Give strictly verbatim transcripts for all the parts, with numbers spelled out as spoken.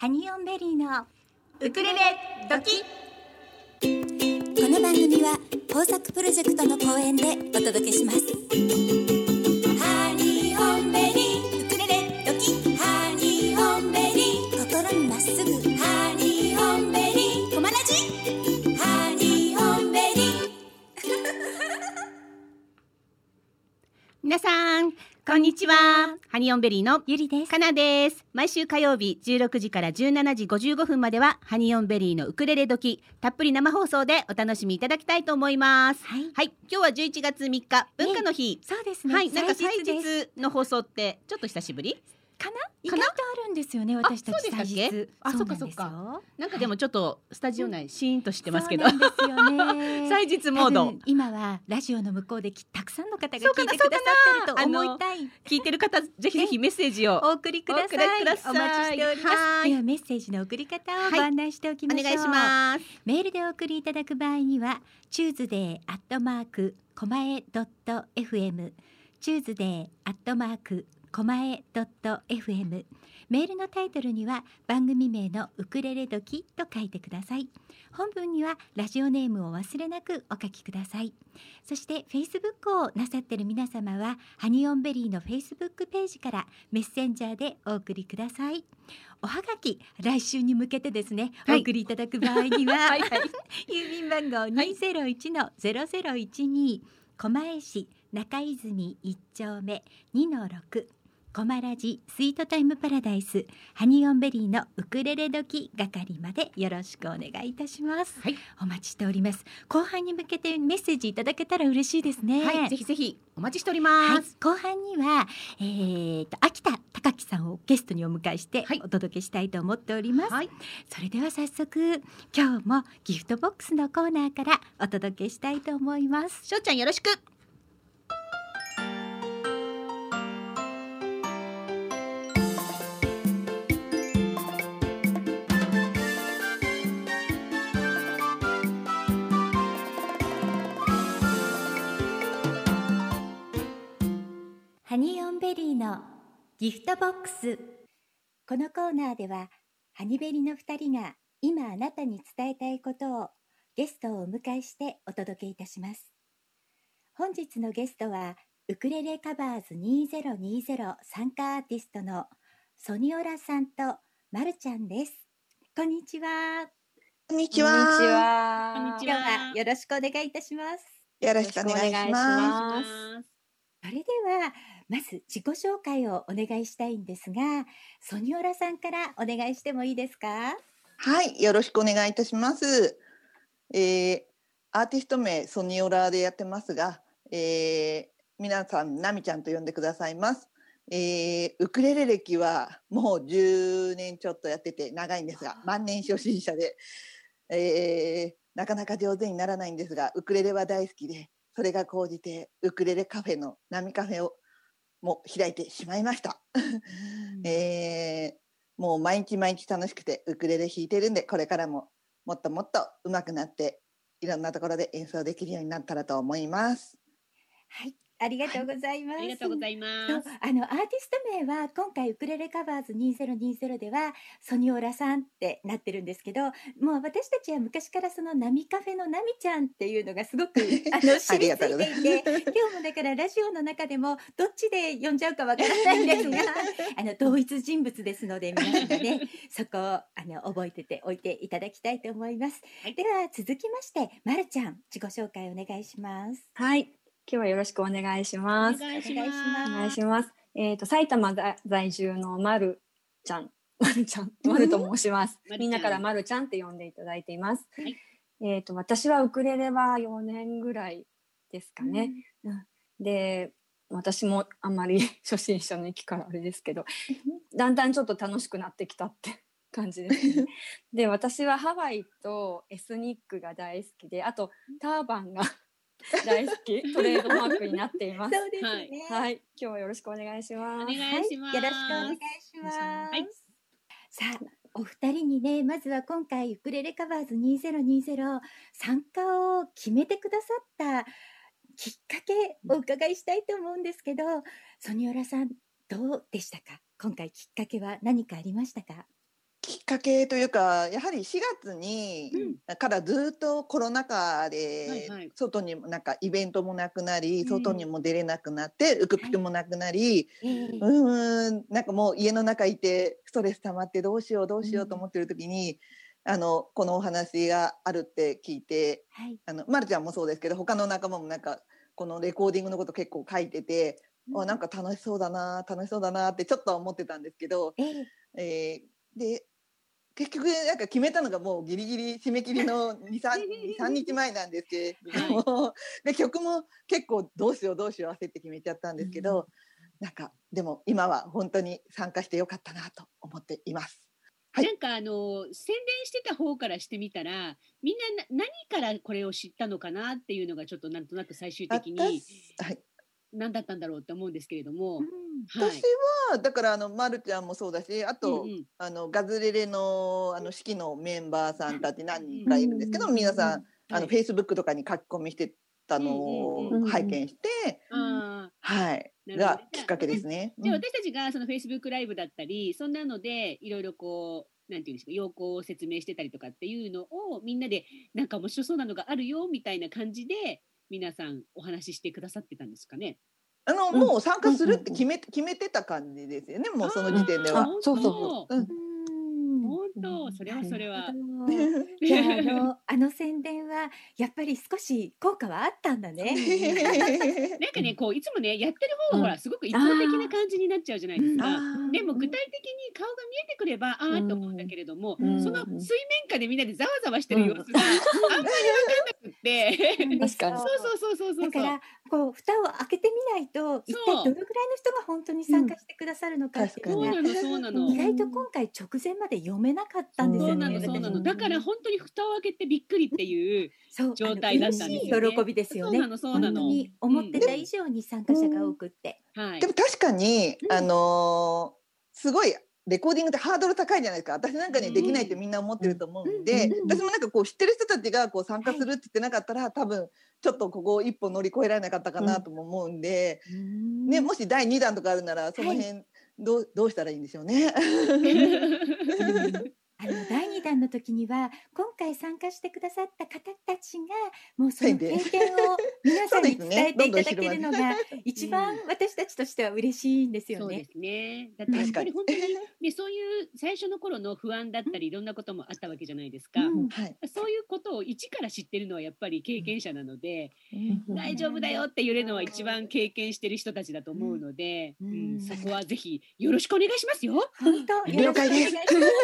ハニオンベリーのウクレレドキ。 この番組は豊作プロジェクトの公演でお届けします。ハニオンベリーウクレレドキ、ハニオンベリー心にまっすぐ、ハニオンベリーコマラジ、ハニオンベリー皆さんこんにちは。ハニオンベリーのゆりです。 かなです。毎週火曜日じゅうろくじからじゅうしちじごじゅうごふんまではハニオンベリーのウクレレ時、たっぷり生放送でお楽しみいただきたいと思います。 はい、 はい、今日はじゅういちがつみっか文化の日、 えー、そうですね。 はい、なんか祭祭日です日の放送ってちょっと久しぶりかな。意外とあるんですよね、私たち祭日。 あ、そっかそっか。なんかでもちょっとスタジオ内シーンとしてますけど、 そうなんですよね。 祭日モード。今はラジオの向こうでたくさんの方が聞いてくださってると思いたい。 聞いてる方ぜひぜひメッセージをお送りください。お待ちしております。ではメッセージの送り方をご案内しておきましょう。はい、お願いします。メールでお送りいただく場合にはチューズデーアットマークコマエドットエフエム、チューズデーアットマークコマエドットエフエム、メールのタイトルには番組名のウクレレ時と書いてください。本文にはラジオネームを忘れなくお書きください。そして Facebook をなさっている皆様はハニオンベリーの Facebook ページからメッセンジャーでお送りください。おはがき来週に向けてですね、はい、お送りいただく場合にははい、はい、郵便番号 にゼロいちのゼロゼロいちに 狛江市中泉いっ丁目 にのろく、コマラジスイートタイムパラダイスハニオンベリーのウクレレ時係までよろしくお願いいたします。はい、お待ちしております。後半に向けてメッセージいただけたら嬉しいですね。 はい、ぜひぜひお待ちしております。 はい、後半には、えー、と秋田隆樹さんをゲストにお迎えしてお届けしたいと思っております。はい、それでは早速今日もギフトボックスのコーナーからお届けしたいと思います。 しょうちゃんよろしく。 ハニオンベリーのギフトボックス。このコーナーではハニベリのふたりが今あなたに伝えたいことをゲストをお迎えしてお届けいたします。本日のゲストはウクレレカバーズにせんにじゅう参加アーティストのソニオラさんとまるちゃんです。こんにちは。 こんにちは。 こんにちは。今日はよろしくお願いいたします。 よろしくお願いします。 それではまず自己紹介をお願いしたいんですが、ソニオラさんからお願いしてもいいですか？ はい、よろしくお願いいたします。えー、アーティスト名ソニオラでやってますが、えー、皆さんナミちゃんと呼んでくださいます。えー、ウクレレ歴はもうじゅうねんちょっとやってて長いんですが、万年初心者で、えー、なかなか上手にならないんですが、ウクレレは大好きで、それが高じてウクレレカフェのナミカフェをも開いてしまいました、えー、もう毎日毎日楽しくてウクレレ弾いてるんで、これからももっともっと上手くなっていろんなところで演奏できるようになったらと思います。 はい、ありがとうございます。はい、 ありがとうございます。 あのアーティスト名は今回ウクレレカバーズにせんにじゅうではソニオラさんってなってるんですけど、もう私たちは昔からそのナミカフェのナミちゃんっていうのがすごくあの知りついていて今日もだからラジオの中でもどっちで呼んじゃうかわからないんですがあの同一人物ですので皆さんねそこをあの覚えてておいていただきたいと思います。はい、では続きましてまるちゃん自己紹介お願いします。 はい、今日はよろしくお願いします。 お願いします。 お願いします。えっと埼玉在住のまるちゃん、まるちゃん、まると申します。みんなからまるちゃんって呼んでいただいています。はい、えっと私はウクレレはよねんぐらいですかね。うん、で、私もあんまり初心者の域からあれですけど、だんだんちょっと楽しくなってきたって感じですね。で、私はハワイとエスニックが大好きで、あとターバンが大好きトレードマークになっています。 そうですね。 はい、今日はよろしくお願いします。 お願いします。 はい、よろしくお願いします。はい、さあお二人にね、まずは今回ウクレレカバーズにせんにじゅう参加を決めてくださったきっかけお伺いしたいと思うんですけど、ソニオラさんどうでしたか？今回きっかけは何かありましたか？ きっかけというか、やはりしがつに、うん、からずっとコロナ禍で外にもなんかイベントもなくなり、はい、外にも出れなくなって、うん、ウクピクもなくなり、はい、うんなんかもう家の中いてストレス溜まってどうしようどうしようと思ってる時に、うん、あのこのお話があるって聞いて、はい、あのまるちゃんもそうですけど他の仲間もなんかこのレコーディングのこと結構書いてて、うん、あなんか楽しそうだな楽しそうだなってちょっと思ってたんですけど、えーえー、で結局なんか決めたのがもうギリギリ締め切りのにさんにちまえなんですけども、はい、で曲も結構どうしようどうしよう焦って決めちゃったんですけど、うん、なんかでも今は本当に参加してよかったなと思っています。 はい、なんかあの宣伝してた方からしてみたらみんな何からこれを知ったのかなっていうのがちょっとなんとなく最終的に、はい、何だったんだろうって思うんですけれども、うんはい、私はだからあのまるちゃんもそうだし、あと、うんうん、あのガズレレのあの式のメンバーさんたち何人かいるんですけど、うんうん、皆さんあのフェイスブックとかに書き込みしてたのを拝見して、うんうんうん、はいがきっかけですね。 じゃあ私たちがそのフェイスブックライブだったりそんなのでいろいろこうなんていうんですか要項を説明してたりとかっていうのをみんなでなんか面白そうなのがあるよみたいな感じで皆さんお話ししてくださってたんですかね。 あの、うん、もう参加するって決め、うん、決めてた感じですよね。もうその時点では。 そうそうそう。うん本当、それはそれは。 じゃあ、あの、あの宣伝はやっぱり少し効果はあったんだね。 なんかね、こういつもね、やってる方はほら、すごく一方的な感じになっちゃうじゃないですか。でも具体的に顔が見えてくれば、ああと思うんだけれども、その水面下でみんなでざわざわしてる様子があんまり分かんなくって。確かに。そうそうそうそうそう。 だからこう蓋を開けてみないと、一体どのぐらいの人が本当に参加してくださるのかっていうのが、そうなの、意外と今回直前まで読めなかったんですよね。 そうなの、そうなの。だから本当に蓋を開けてびっくりっていう状態だったんですよね。 喜びですよね。そうなの、そうなの。本当に思ってた以上に参加者が多くって。 はい。でも確かに、あのすごいレコーディングってハードル高いじゃないですか。私なんかね、できないってみんな思ってると思うんで、私もなんかこう知ってる人たちがこう参加するって言ってなかったら、多分ちょっとここ一歩乗り越えられなかったかなとも思うんで、ね、もしだいにだんとかあるならその辺どう、どうしたらいいんでしょうね。 あのだいにだんの時には今回参加してくださった方たちがもうその経験を皆さんに伝えていただけるのが一番私たちとしては嬉しいんですよね。 そうですね。だってやっぱり本当に、ね、そういう最初の頃の不安だったりいろんなこともあったわけじゃないですか。うんはい、そういうことを一から知ってるのはやっぱり経験者なので、うん、大丈夫だよって言えるのは一番経験してる人たちだと思うので、うんうん、そこはぜひよろしくお願いしますよ。 本当了解です。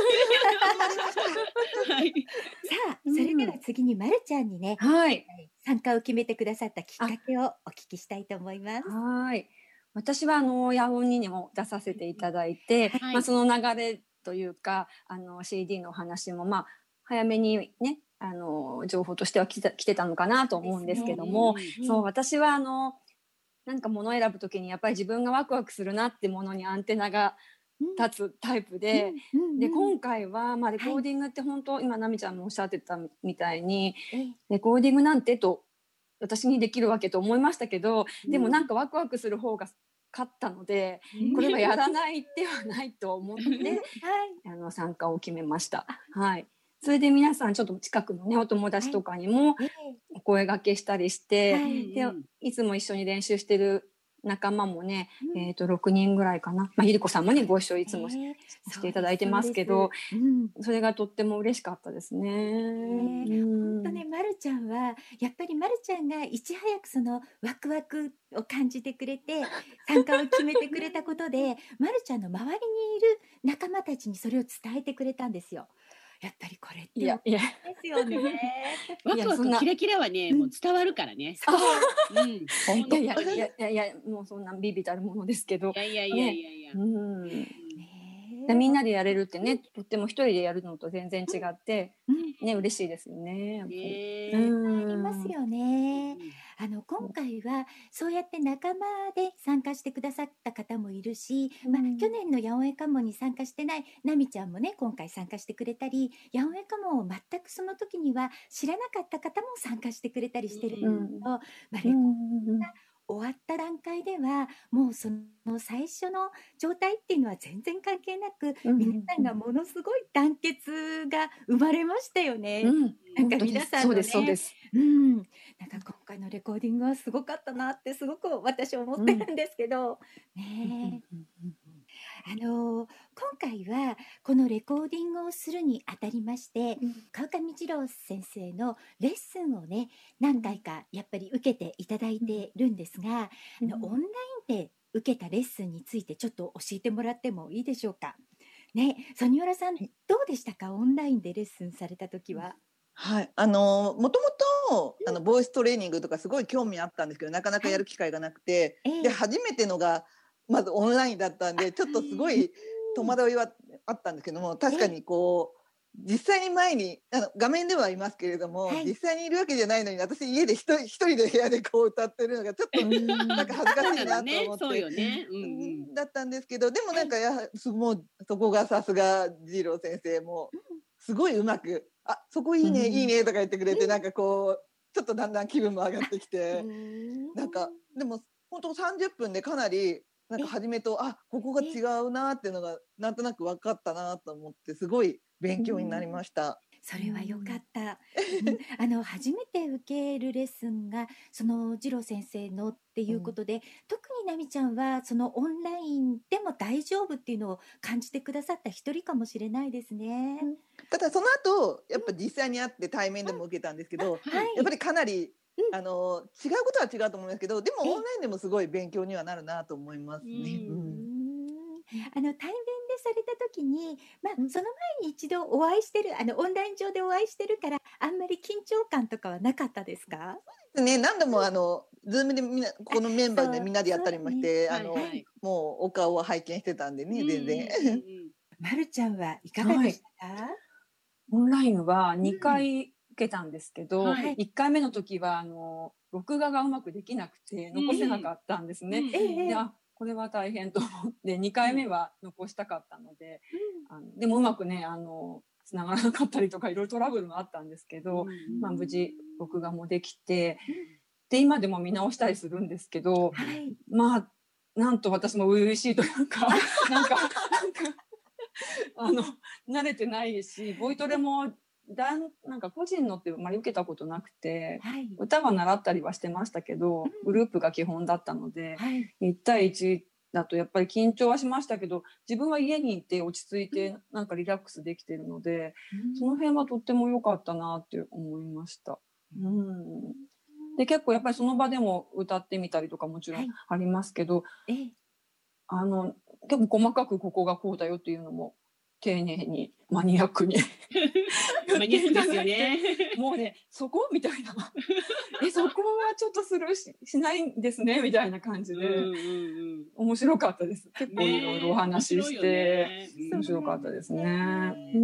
はい、さあ、それでは次にまるちゃんにね、はい、参加を決めてくださったきっかけをお聞きしたいと思います。 はい、私はあのヤオンにも出させていただいて、はい、まあ、その流れというかあの シーディー のお話もまあ早めにねあの情報としては来て、来てたのかなと思うんですけども、ね、そう私はあのなんか物を選ぶときにやっぱり自分がワクワクするなってものにアンテナが立つタイプで、うんうんうん、で今回は、まあ、レコーディングって本当、はい、今奈美ちゃんもおっしゃってたみたいに、レコーディングなんてと私にできるわけと思いましたけど、うん、でもなんかワクワクする方が勝ったので、うん、これはやらない手はないと思って、はい、あの参加を決めました。はい、それで皆さんちょっと近くのねお友達とかにもお声掛けしたりして、はい、でいつも一緒に練習してる仲間もね、うん、えっとろくにんぐらいかな、まあ、ゆりこさんもねご一緒いつも し,、えー、していただいてますけど、そ, うん、それがとっても嬉しかったですね。 本当ね、まるちゃんはやっぱりまるちゃんがいち早くそのワクワクを感じてくれて参加を決めてくれたことでまるちゃんの周りにいる仲間たちにそれを伝えてくれたんですよ。やっぱりこれっていやいやですよね。 ワクワクキラキラはね、もう伝わるからね。 うん、本当いやいやいやいやもうそんなビビたるものですけど。いやいやいやいやいや。うんね、みんなでやれるってね、とっても一人でやるのと全然違って、うん、ね嬉しいですよね。やっぱり。 うん、ありますよね。あの今回はそうやって仲間で参加してくださった方もいるし、うんまあ、去年のヤオエカモに参加してないナミちゃんもね今回参加してくれたり、ヤオエカモを全くその時には知らなかった方も参加してくれたりしてるのと、うんまあ、レコードが終わった段階ではもうその最初の状態っていうのは全然関係なく、うん、皆さんがものすごい団結が生まれましたよね、うん、なんか皆さんのね、そうです、うん、なんか今回のレコーディングはすごかったなってすごく私思ってるんですけど、うん、ねえ、あのー、今回はこのレコーディングをするにあたりまして、うん、川上二郎先生のレッスンをね何回かやっぱり受けていただいてるんですが、うん、あのオンラインで受けたレッスンについてちょっと教えてもらってもいいでしょうかね。ソニオラさんどうでしたか、オンラインでレッスンされた時は。 はい、あのもともとあのボイストレーニングとかすごい興味あったんですけど、なかなかやる機会がなくて、はい、で初めてのがまずオンラインだったんでちょっとすごい戸惑いはあったんですけども、確かにこう実際に前にあの画面ではいますけれども、はい、実際にいるわけじゃないのに私家で一人一人で部屋でこう歌ってるのがちょっとなんか恥ずかしいなと思ってそうよね、うんうん、だったんですけど、でもなんかやもうそこがさすが二郎先生もすごいうまく「あそこいいね、うん、いいね」とか言ってくれて、なんかこうちょっとだんだん気分も上がってきてなんかでも本当さんじゅっぷんでかなりなんか初めとあここが違うなっていうのがなんとなく分かったなと思って、すごい勉強になりました。 それは良かった、うん、あの初めて受けるレッスンがその二郎先生のっていうことで、うん、特になみちゃんはそのオンラインでも大丈夫っていうのを感じてくださった一人かもしれないですね、うん、 ただその後やっぱ実際に会って対面でも受けたんですけど、うんはい、やっぱりかなりうん、あの違うことは違うと思うんですけど、でもオンラインでもすごい勉強にはなるなと思いますね。うん、 あの対面でされた時に、まあ、その前に一度お会いしてるあのオンライン上でお会いしてるからあんまり緊張感とかはなかったですか？ そうですね、何度もあのズームでみんなこのメンバーでみんなでやったりもして、ね、あの、はいはい、もうお顔を拝見してたんでね、全然。 まるちゃんはいかがでしたか？はい、 オンラインはにかい、うん受けたんですけど、はい、いっかいめの時はあの録画がうまくできなくて残せなかったんですね、うん、であこれは大変と思ってにかいめは残したかったので、うん、あのでもうまくねあの繋がらなかったりとかいろいろトラブルもあったんですけど、うんまあ、無事録画もできて、うん、で今でも見直したりするんですけど、はい、まあなんと私も初々しいというかなんかあの慣れてないしボイトレもだんなんか個人のってあまり受けたことなくて、はい、歌は習ったりはしてましたけど、うん、グループが基本だったので、はい、いち対いちだとやっぱり緊張はしましたけど自分は家にいて落ち着いてなんかリラックスできているので、うん、その辺はとっても良かったなって思いました、うん、で結構やっぱりその場でも歌ってみたりとかもちろんありますけど、はい、あの結構細かくここがこうだよっていうのも丁寧にマニアックにマニアックですよねもうねそこみたいなえそこはちょっとスルー し, しないんですねみたいな感じで、うんうんうん、面白かったです。結構いろいろお話しして、ね、面白かったですね、うん、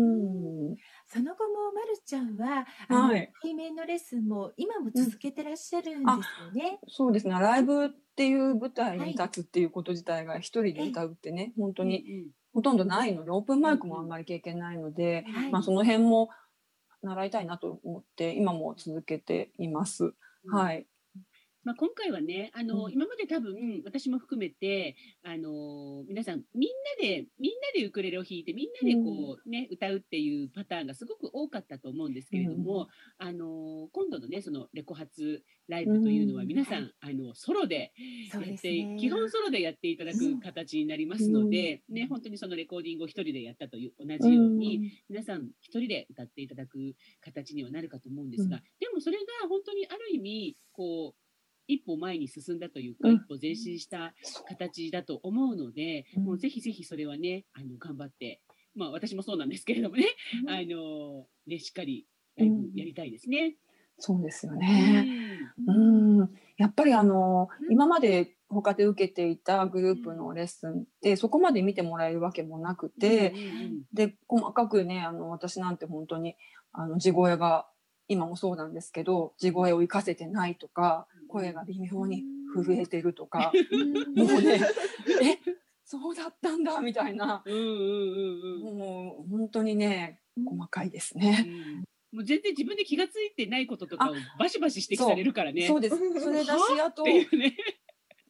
その後もまるちゃんははい、対面のレッスンも今も続けてらっしゃるんですよね、 うん、そうですねライブっていう舞台に立つっていうこと自体が一人で歌うってね、はい、本当に、うんうんほとんどないのでオープンマイクもあんまり経験ないので、うんまあ、その辺も習いたいなと思って今も続けています、うん、はいまあ、今回はねあの、うん、今まで多分私も含めてあの皆さんみんなでみんなでウクレレを弾いてみんなでこう、ね、うん、歌うっていうパターンがすごく多かったと思うんですけれども、うん、あの今度のねそのレコ発ライブというのは皆さん、うん、あのソロでやって、ね、基本ソロでやっていただく形になりますので、うん、ね、本当にそのレコーディングを一人でやったという同じように、うん、皆さん一人で歌っていただく形にはなるかと思うんですが、でもそれが本当にある意味こう一歩前に進んだというか、うん、一歩前進した形だと思うので、うん、もうぜひぜひそれはねあの頑張って、まあ、私もそうなんですけれどもね、うん、あのねしっかりライブやりたいですね、うん、 そうですよね、うんうん、やっぱりあの、うん、今まで他で受けていたグループのレッスンってそこまで見てもらえるわけもなくて、うんうんうん、で細かくねあの私なんて本当にあの地声が今もそうなんですけど地声を生かせてないとか声が微妙に震えてるとかもうねえそうだったんだみたいな、うんうんうんうん、もう本当にね細かいですね、 うん、もう全然自分で気がついてないこととかをバシバシ指摘されるからね。 そうです。それだしあと、 ね、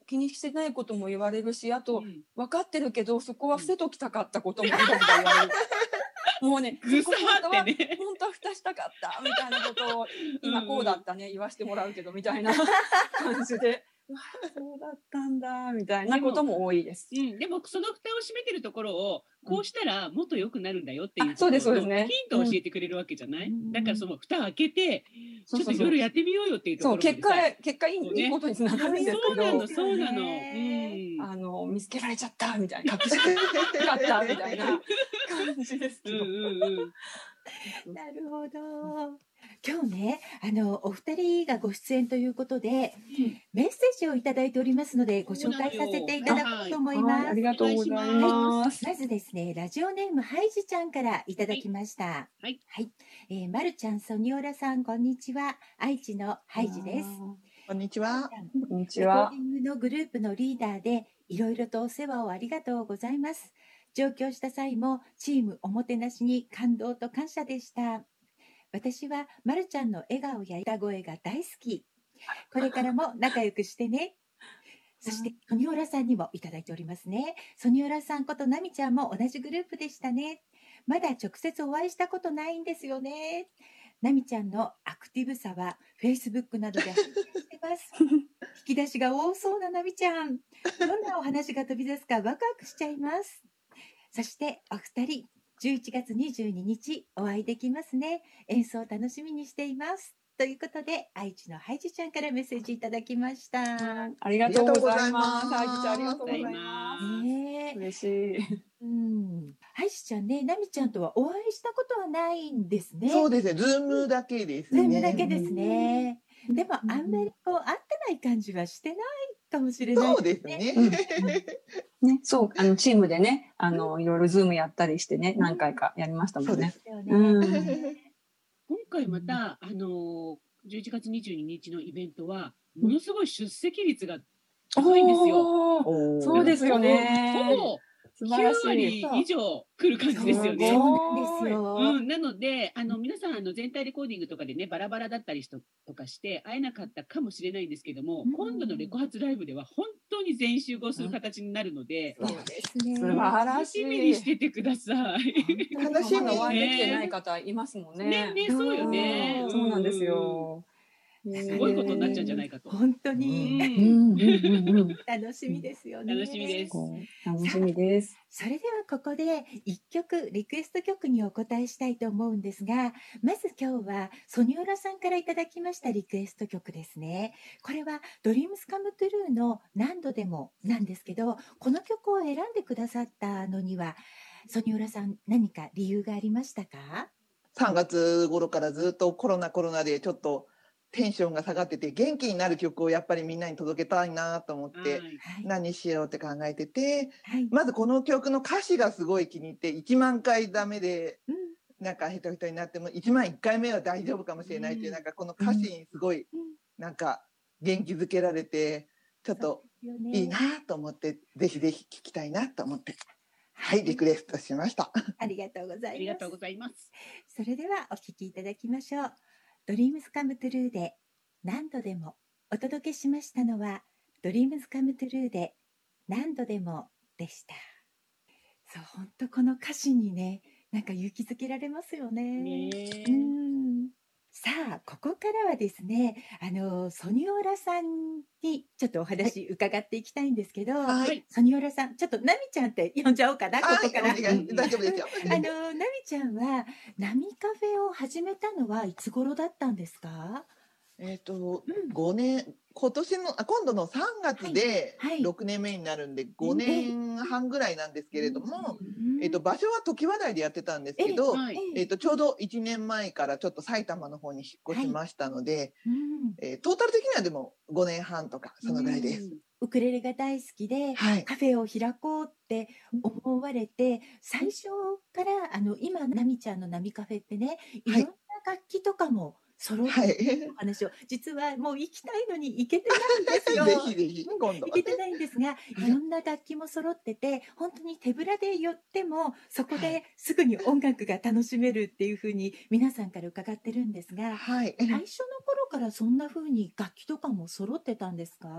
気にしてないことも言われるし、あと、うん、分かってるけどそこは伏せときたかったことも言われる。もうね、 ぐさってね、本当は蓋したかったみたいなことを今こうだったね、言わせてもらうけどみたいな感じで。そうだったんだみたいなことも多いです。 でも、うん、でもその蓋を閉めてるところをこうしたらもっと良くなるんだよっていう、 そうですそうですね。 ヒントを教えてくれるわけじゃない。うん、だからその蓋を開けてちょっといろいろやってみようよっていうところまでさ。 そう結果結果いい、ね、いいことにつながるんですけど。 そうなのそうなの。うん、 あの見つけられちゃったみたいな、隠してなかったみたいな感じですけど。うんうんうん、 なるほど。今日ね、あのお二人がご出演ということで、うん、メッセージをいただいておりますのでご紹介させていただこうと思います。 はい、ありがとうございます。 はい、まずですね、ラジオネームハイジちゃんからいただきました。 はい、 はい、えー、まるちゃん、ソニオラさん、こんにちは。愛知のハイジです。 こんにちは。 こんにちは。 レコーディングのグループのリーダーで、いろいろとお世話をありがとうございます。上京した際もチームおもてなしに感動と感謝でした。私はまるちゃんの笑顔や歌声が大好き。これからも仲良くしてね。そしてソニオラさんにもいただいておりますね。ソニオラさんことナミちゃんも同じグループでしたね。まだ直接お会いしたことないんですよね。ナミちゃんのアクティブさは Facebook などで発信してます。引き出しが多そうなナミちゃん。どんなお話が飛び出すかワクワクしちゃいます。そしてお二人、じゅういちがつにじゅうににちお会いできますね。演奏楽しみにしています。ということで、愛知のハイジちゃんからメッセージいただきました。 ありがとうございます。ハイジちゃんありがとうございます。 ね、 嬉しい。 うん、ハイジちゃんね、ナミちゃんとはお会いしたことはないんですね。 そうですね、ズームだけですね。 ズームだけですね。うん、でもあんまりこう会ってない感じはしてないかもしれないですね。 そうですね。ね、そう、あのチームでね、あのいろいろズームやったりしてね、何回かやりましたもんね。 今回またあのじゅういちがつにじゅうににちのイベントはものすごい出席率が高いんですよ。 そうですよね。 ほぼきゅうわり以上来る感じですよね。 そうなんですよ。 うん、なのであの皆さんあの全体レコーディングとかでねバラバラだったりとかして会えなかったかもしれないんですけども、うん、今度のレコ発ライブでは本当に全員集合する形になるので、 うん、そうですね。 素晴らしい。 楽しみにしててください。 楽しみにお会いできてない方いますもんね。 ね、ね、そうよね。 そうなんですよ。 すごいことになっちゃうんじゃないかと。 本当に楽しみですよね。 楽しみです。 楽しみです。 それではここで一曲リクエスト曲にお答えしたいと思うんですが、まず今日はソニオラさんからいただきましたリクエスト曲ですね。これはドリームスカムトゥルーの何度でもなんですけど、この曲を選んでくださったのにはソニオラさん何か理由がありましたか？ さんがつ頃からずっとコロナコロナでちょっとテンションが下がってて元気になる曲をやっぱりみんなに届けたいなと思って、はい、何しようって考えてて、はい、まずこの曲の歌詞がすごい気に入っていちまんかいダメで、うん、なんかヘトヘトになってもいちまんいっかいめは大丈夫かもしれないっていう、うん、なんかこの歌詞にすごいなんか元気づけられてちょっといいなと思って、ぜひぜひ聴きたいなと思って、はい、リクエストしました。 ありがとうございます。ありがとうございます。 それではお聴きいただきましょう。ドリームスカムトゥルーで何度でも。お届けしましたのはドリームスカムトゥルーで何度でもでした。そう、本当この歌詞にね、なんか勇気づけられますよね。ね、うん。さあ、ここからはですね、あのソニオラさんにちょっとお話伺っていきたいんですけど、はい、ソニオラさん、ちょっとナミちゃんって呼んじゃおうかな、ここから。 大丈夫ですよ。 あのナミちゃんはナミカフェを始めたのはいつ頃だったんですか？ えっと、うん、ごねん、今年のあ今度のさんがつでろくねんめになるんで、はいはい、ごねんはんぐらいなんですけれども、うん、えっと、場所は常盤台でやってたんですけど、え、はい、えっと、ちょうどいちねんまえからちょっと埼玉の方に引っ越しましたので、はい、えー、トータル的にはでもごねんはんとかそのぐらいです。うん、 ウクレレが大好きで、はい、カフェを開こうって思われて、最初からあの今ナミちゃんのナミカフェってね、いろんな楽器とかも揃ってる話を、はい、実はもう行きたいのに行けてないんですよ。 ぜひぜひ今度行けてないんですが、いろんな楽器も揃ってて、本当に手ぶらで寄ってもそこですぐに音楽が楽しめるっていう風に皆さんから伺ってるんですが、はい、最初の頃からそんな風に楽器とかも揃ってたんですか？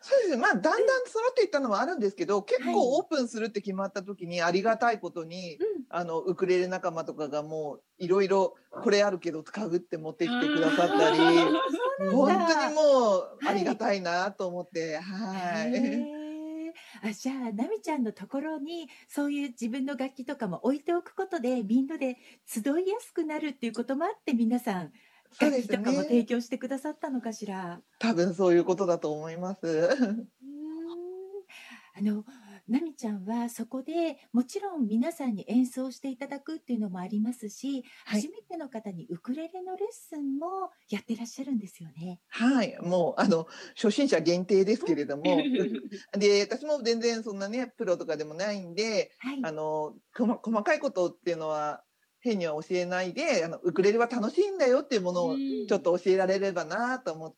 そうですね、まあだんだん揃っていったのはあるんですけど、結構オープンするって決まった時にありがたいことに、うん、あのウクレレ仲間とかがもういろいろこれあるけど使うって持ってきてくださったり、本当にもうありがたいなと思って、はい。はいあ、じゃあなみちゃんのところにそういう自分の楽器とかも置いておくことでみんなで集いやすくなるっていうこともあって皆さん楽器とかも提供してくださったのかしら。 多分そういうことだと思います。うんあのなみちゃんはそこでもちろん皆さんに演奏していただくっていうのもありますし、はい、初めての方にウクレレのレッスンもやってらっしゃるんですよね。 はい、もうあの初心者限定ですけれどもで私も全然そんなねプロとかでもないんで、はい、あの細かいことっていうのは変には教えないで、あのウクレレは楽しいんだよっていうものをちょっと教えられればなと思って、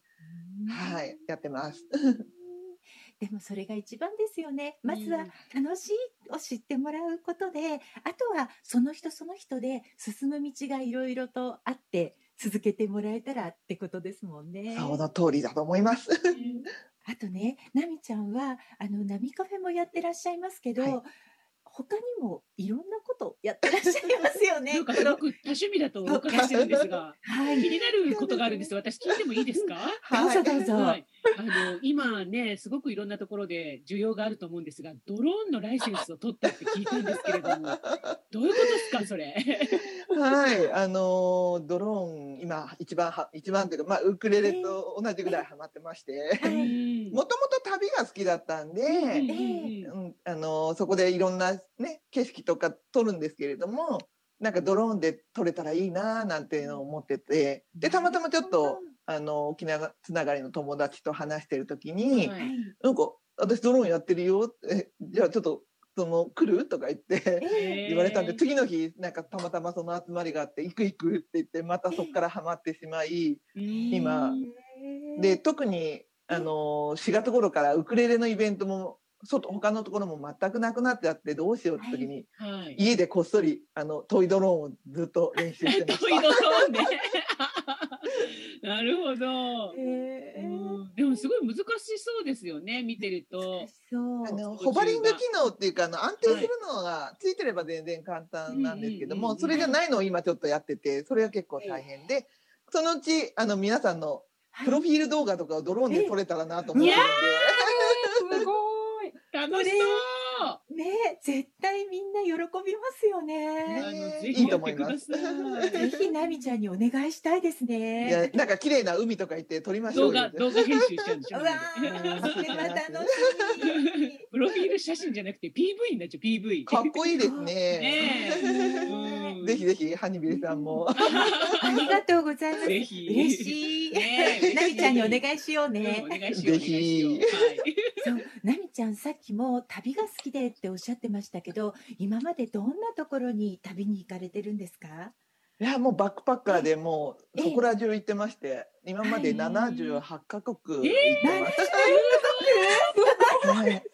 はい、やってます。 でもそれが一番ですよね。まずは楽しいを知ってもらうことで、あとはその人その人で進む道がいろいろとあって続けてもらえたらってことですもんね。 その通りだと思います。 あとね、なみちゃんはあのナミカフェもやってらっしゃいますけど、はい、他にもいろんなことやってらっしゃいますよね。 なんかすごく多趣味だとお伺いしてるんですが、はい、気になることがあるんです。私聞いてもいいですか？ どうぞどうぞ。はい、 あの今ねすごくいろんなところで需要があると思うんですが、ドローンのライセンスを取ったって聞いたんですけれども、どういうことですかそれ？ はい、あのドローン今一番は一番というか、まあウクレレと同じぐらいハマってまして、もともと旅が好きだったんで、うん、あのそこでいろんなね景色とか撮るんですけれども、なんかドローンで撮れたらいいななんていうのを思ってて、でたまたまちょっとあの沖縄つながりの友達と話してる時に、はい、なんか私ドローンやってるよって、じゃあちょっとその来るとか言って言われたんで、次の日なんかたまたまその集まりがあって行く行くって言ってまたそこからハマってしまい、今で特にあのしがつ頃からウクレレのイベントも外他のところも全くなくなってあってどうしようって時に、はいはい、家でこっそりあのトイドローンをずっと練習してました。 トイドローンねなるほど、えーうん、でもすごい難しそうですよね見てると。 そうあのホバリング機能っていうかあの安定するのがついてれば全然簡単なんですけども、それじゃないのを今ちょっとやっててそれは結構大変で、そのうちあの皆さんのプロフィール動画とかをドローンで撮れたらなと思ってるんで、 えー、すごい楽しそうね、絶対みんな喜びますよね。 あのぜひやってください。 ぜひナミちゃんにお願いしたいですね。 いやなんか綺麗な海とか行って撮りましょうよ。 動画動画編集しちゃうんでしょ。うわー、それは楽しみ。 プロフィール写真じゃなくて ピーブイ になっちゃう ピーブイ。 かっこいいですね。ねぜひぜひハニビルさんも。 ありがとうございます。嬉しい。ナミちゃんにお願いしようね。 お願いしよう。ぜひ。 そうナミちゃんさっきも旅が好きでっておっしゃってましたけど、今までどんなところに旅に行かれてるんですか？ いやもうバックパッカーでもうそこら中行ってまして、今までななじゅうはちカ国行ってます。 すごい。あんな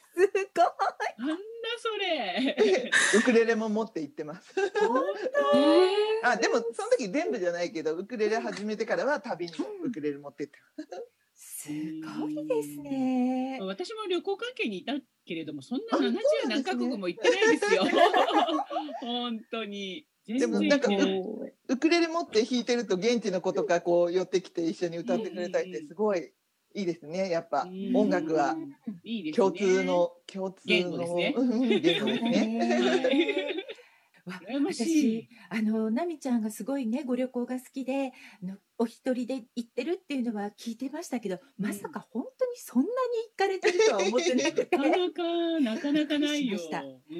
それ。 ウクレレも持って行ってます。あでもその時全部じゃないけどウクレレ始めてからは旅にウクレレ持ってって。 すごいですね。 私も旅行関係にいたけれども、そんなななじゅうなんかこくも行ってないですよ。本当に。 でもなんかウクレレ持って弾いてると現地の子とかこう寄ってきて一緒に歌ってくれたりってすごいいいですね。やっぱ音楽は共通の共通の言語ですね。言語ですね。 私あのナミちゃんがすごいねご旅行が好きでのお一人で行ってるっていうのは聞いてましたけど、まさか本当にそんなに行かれてるとは思ってなくてなかなかなかなかないよ。 うん、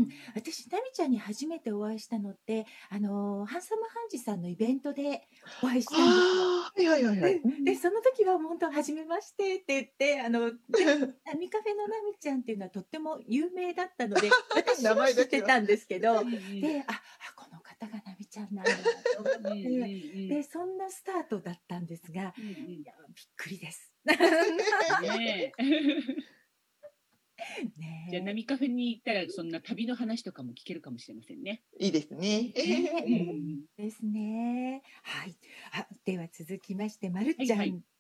私ナミちゃんに初めてお会いしたのってあのハンサムハンジさんのイベントでお会いしたんですよ。 はいはいはい。 でその時は本当初めましてって言ってあのナミカフェのナミちゃんっていうのはとっても有名だったので私も知ってたんですけどでああこの方がナミちゃんなんだと思ってでそんなスタートだったんですが、うんうん、いやびっくりです。ねねじゃあナミカフェに行ったらそんな旅の話とかも聞けるかもしれませんね。 いいですね。 ねうん、ですね。はい。あでは続きましてまるちゃん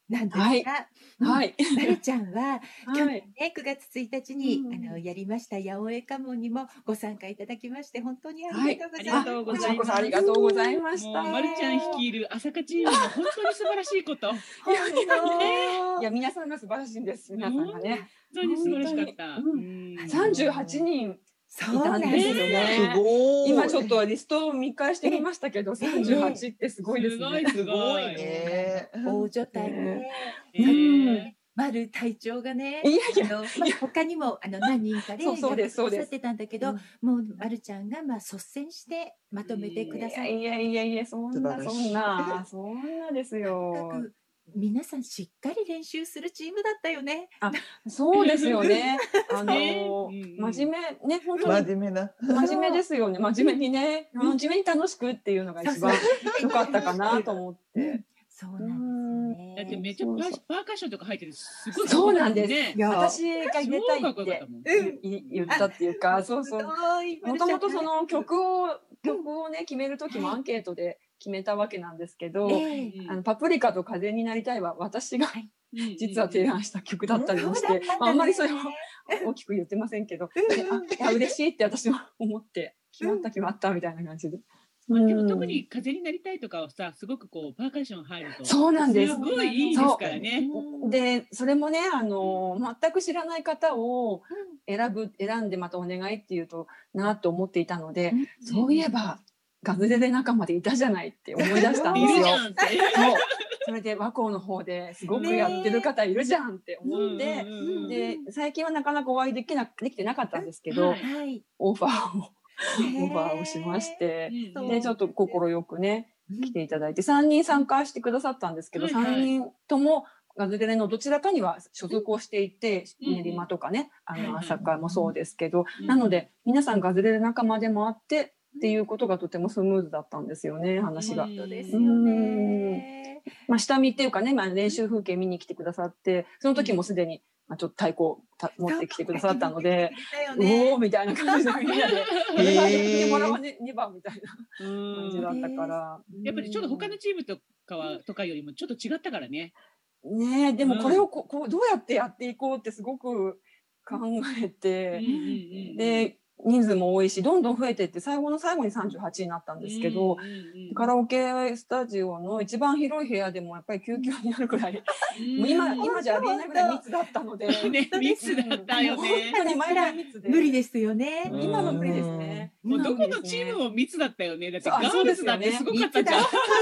なんですが、 はいはい、 まるちゃんは去はい年ねくがつついたちに、 うん、 あのやりました八百屋家紋にもご参加いただきまして本当にあはい、 りがとうごありざいます。 がとうごこちらこそざいます。 ありがとうございましもう、 た。 まるちゃん率いる朝霞チームも本当に素晴らしいこと。 本当いや、皆さんが素晴らしいんです。皆さんがね。 本当に素晴らしかった。 うんうんさんじゅうはちにんいそうたんなんですよね。 すごい。 今ちょっとリストを見返してみましたけど、さんじゅうはちってすごいですね。 すごいすごいね。 大所帯で、 ねえー丸隊長がね、 いやいやあのまあ、他にもあの何人かでそうそうですそうですやってたんだけど、 うんもう丸ちゃんがまあ率先してまとめてください。 いやいやいや、そんなそんなそんなですとによか。く皆さんしっかり練習するチームだったよね。 そうですよね。あのねうん真面目ね、本当に真面目な。 真面目ですよね。真面目にね、真面目に楽しくっていうのが一番良かったかなと思って。 そうなんですね。 だってめっちゃパーパーカッションとか入ってるすごいそうなんですねい。や私が入れたい超かっってこよかったもん言い言ったっていうか、そうそう。 すごいもともとその曲を曲をね決める時もアンケートで決めたわけなんですけど、 ええあのパプリカと風になりたいは私がうん実は提案した曲だったりもして、 そうだったんだねまあ、あんまりそれを大きく言ってませんけど、であいや嬉しいって私も思って決まった決まったみたいな感じで。 まあでうんも特に風になりたいとかはさ、すごくこうパーカッション入るとそうなんですすごいいいですからね。 でそれもね、あの全く知らない方を選ぶ選んでまたお願いっていうとなと思っていたので、そういえばガズレレ仲間でいたじゃないって思い出したんですよ。 いるじゃんって。 そうそれで和光の方ですごくやってる方いるじゃんって思って、 うんうんうんで最近はなかなかお会いできなできてなかったんですけど、 はいはい。 オファーをねオファーをしまして、 うんでちょっと快くね来ていただいてさんにん参加してくださったんですけど、 はいはいさんにんともガズレレのどちらかには所属をしていて、 うん練馬とかね、あのはいはい朝霞もそうですけど、 うんなので皆さんガズレレ仲間でもあってっていうことがとてもスムーズだったんですよね、話が。 うんそうですよね。 まあ、下見っていうかね、まあ、練習風景見に来てくださってその時もすでに、まあ、ちょっと太鼓た持ってきてくださったので、 だよねおおみたいな感じでみんなで「 へー俺が見てもらわねねば」みたいな感じうんだったから。 やっぱりちょっと他のチームとかはとかよりもちょっと違ったからね。 ねえでもこれをここうどうやってやっていこうってすごく考えて、 うんうんうんで人数も多いしどんどん増えていって最後の最後にさんじゅうはちになったんですけど、 うんうんうんカラオケスタジオの一番広い部屋でもやっぱり救急になるくらい、 うんもう今今じゃありえないぐらい密だったので、 ね密だったよ本ね。 当に毎回密で無理ですよね。 うん今は無理ですね。 もうどこのチームも密だったよね。だってそうガールズだってすごかったじゃん。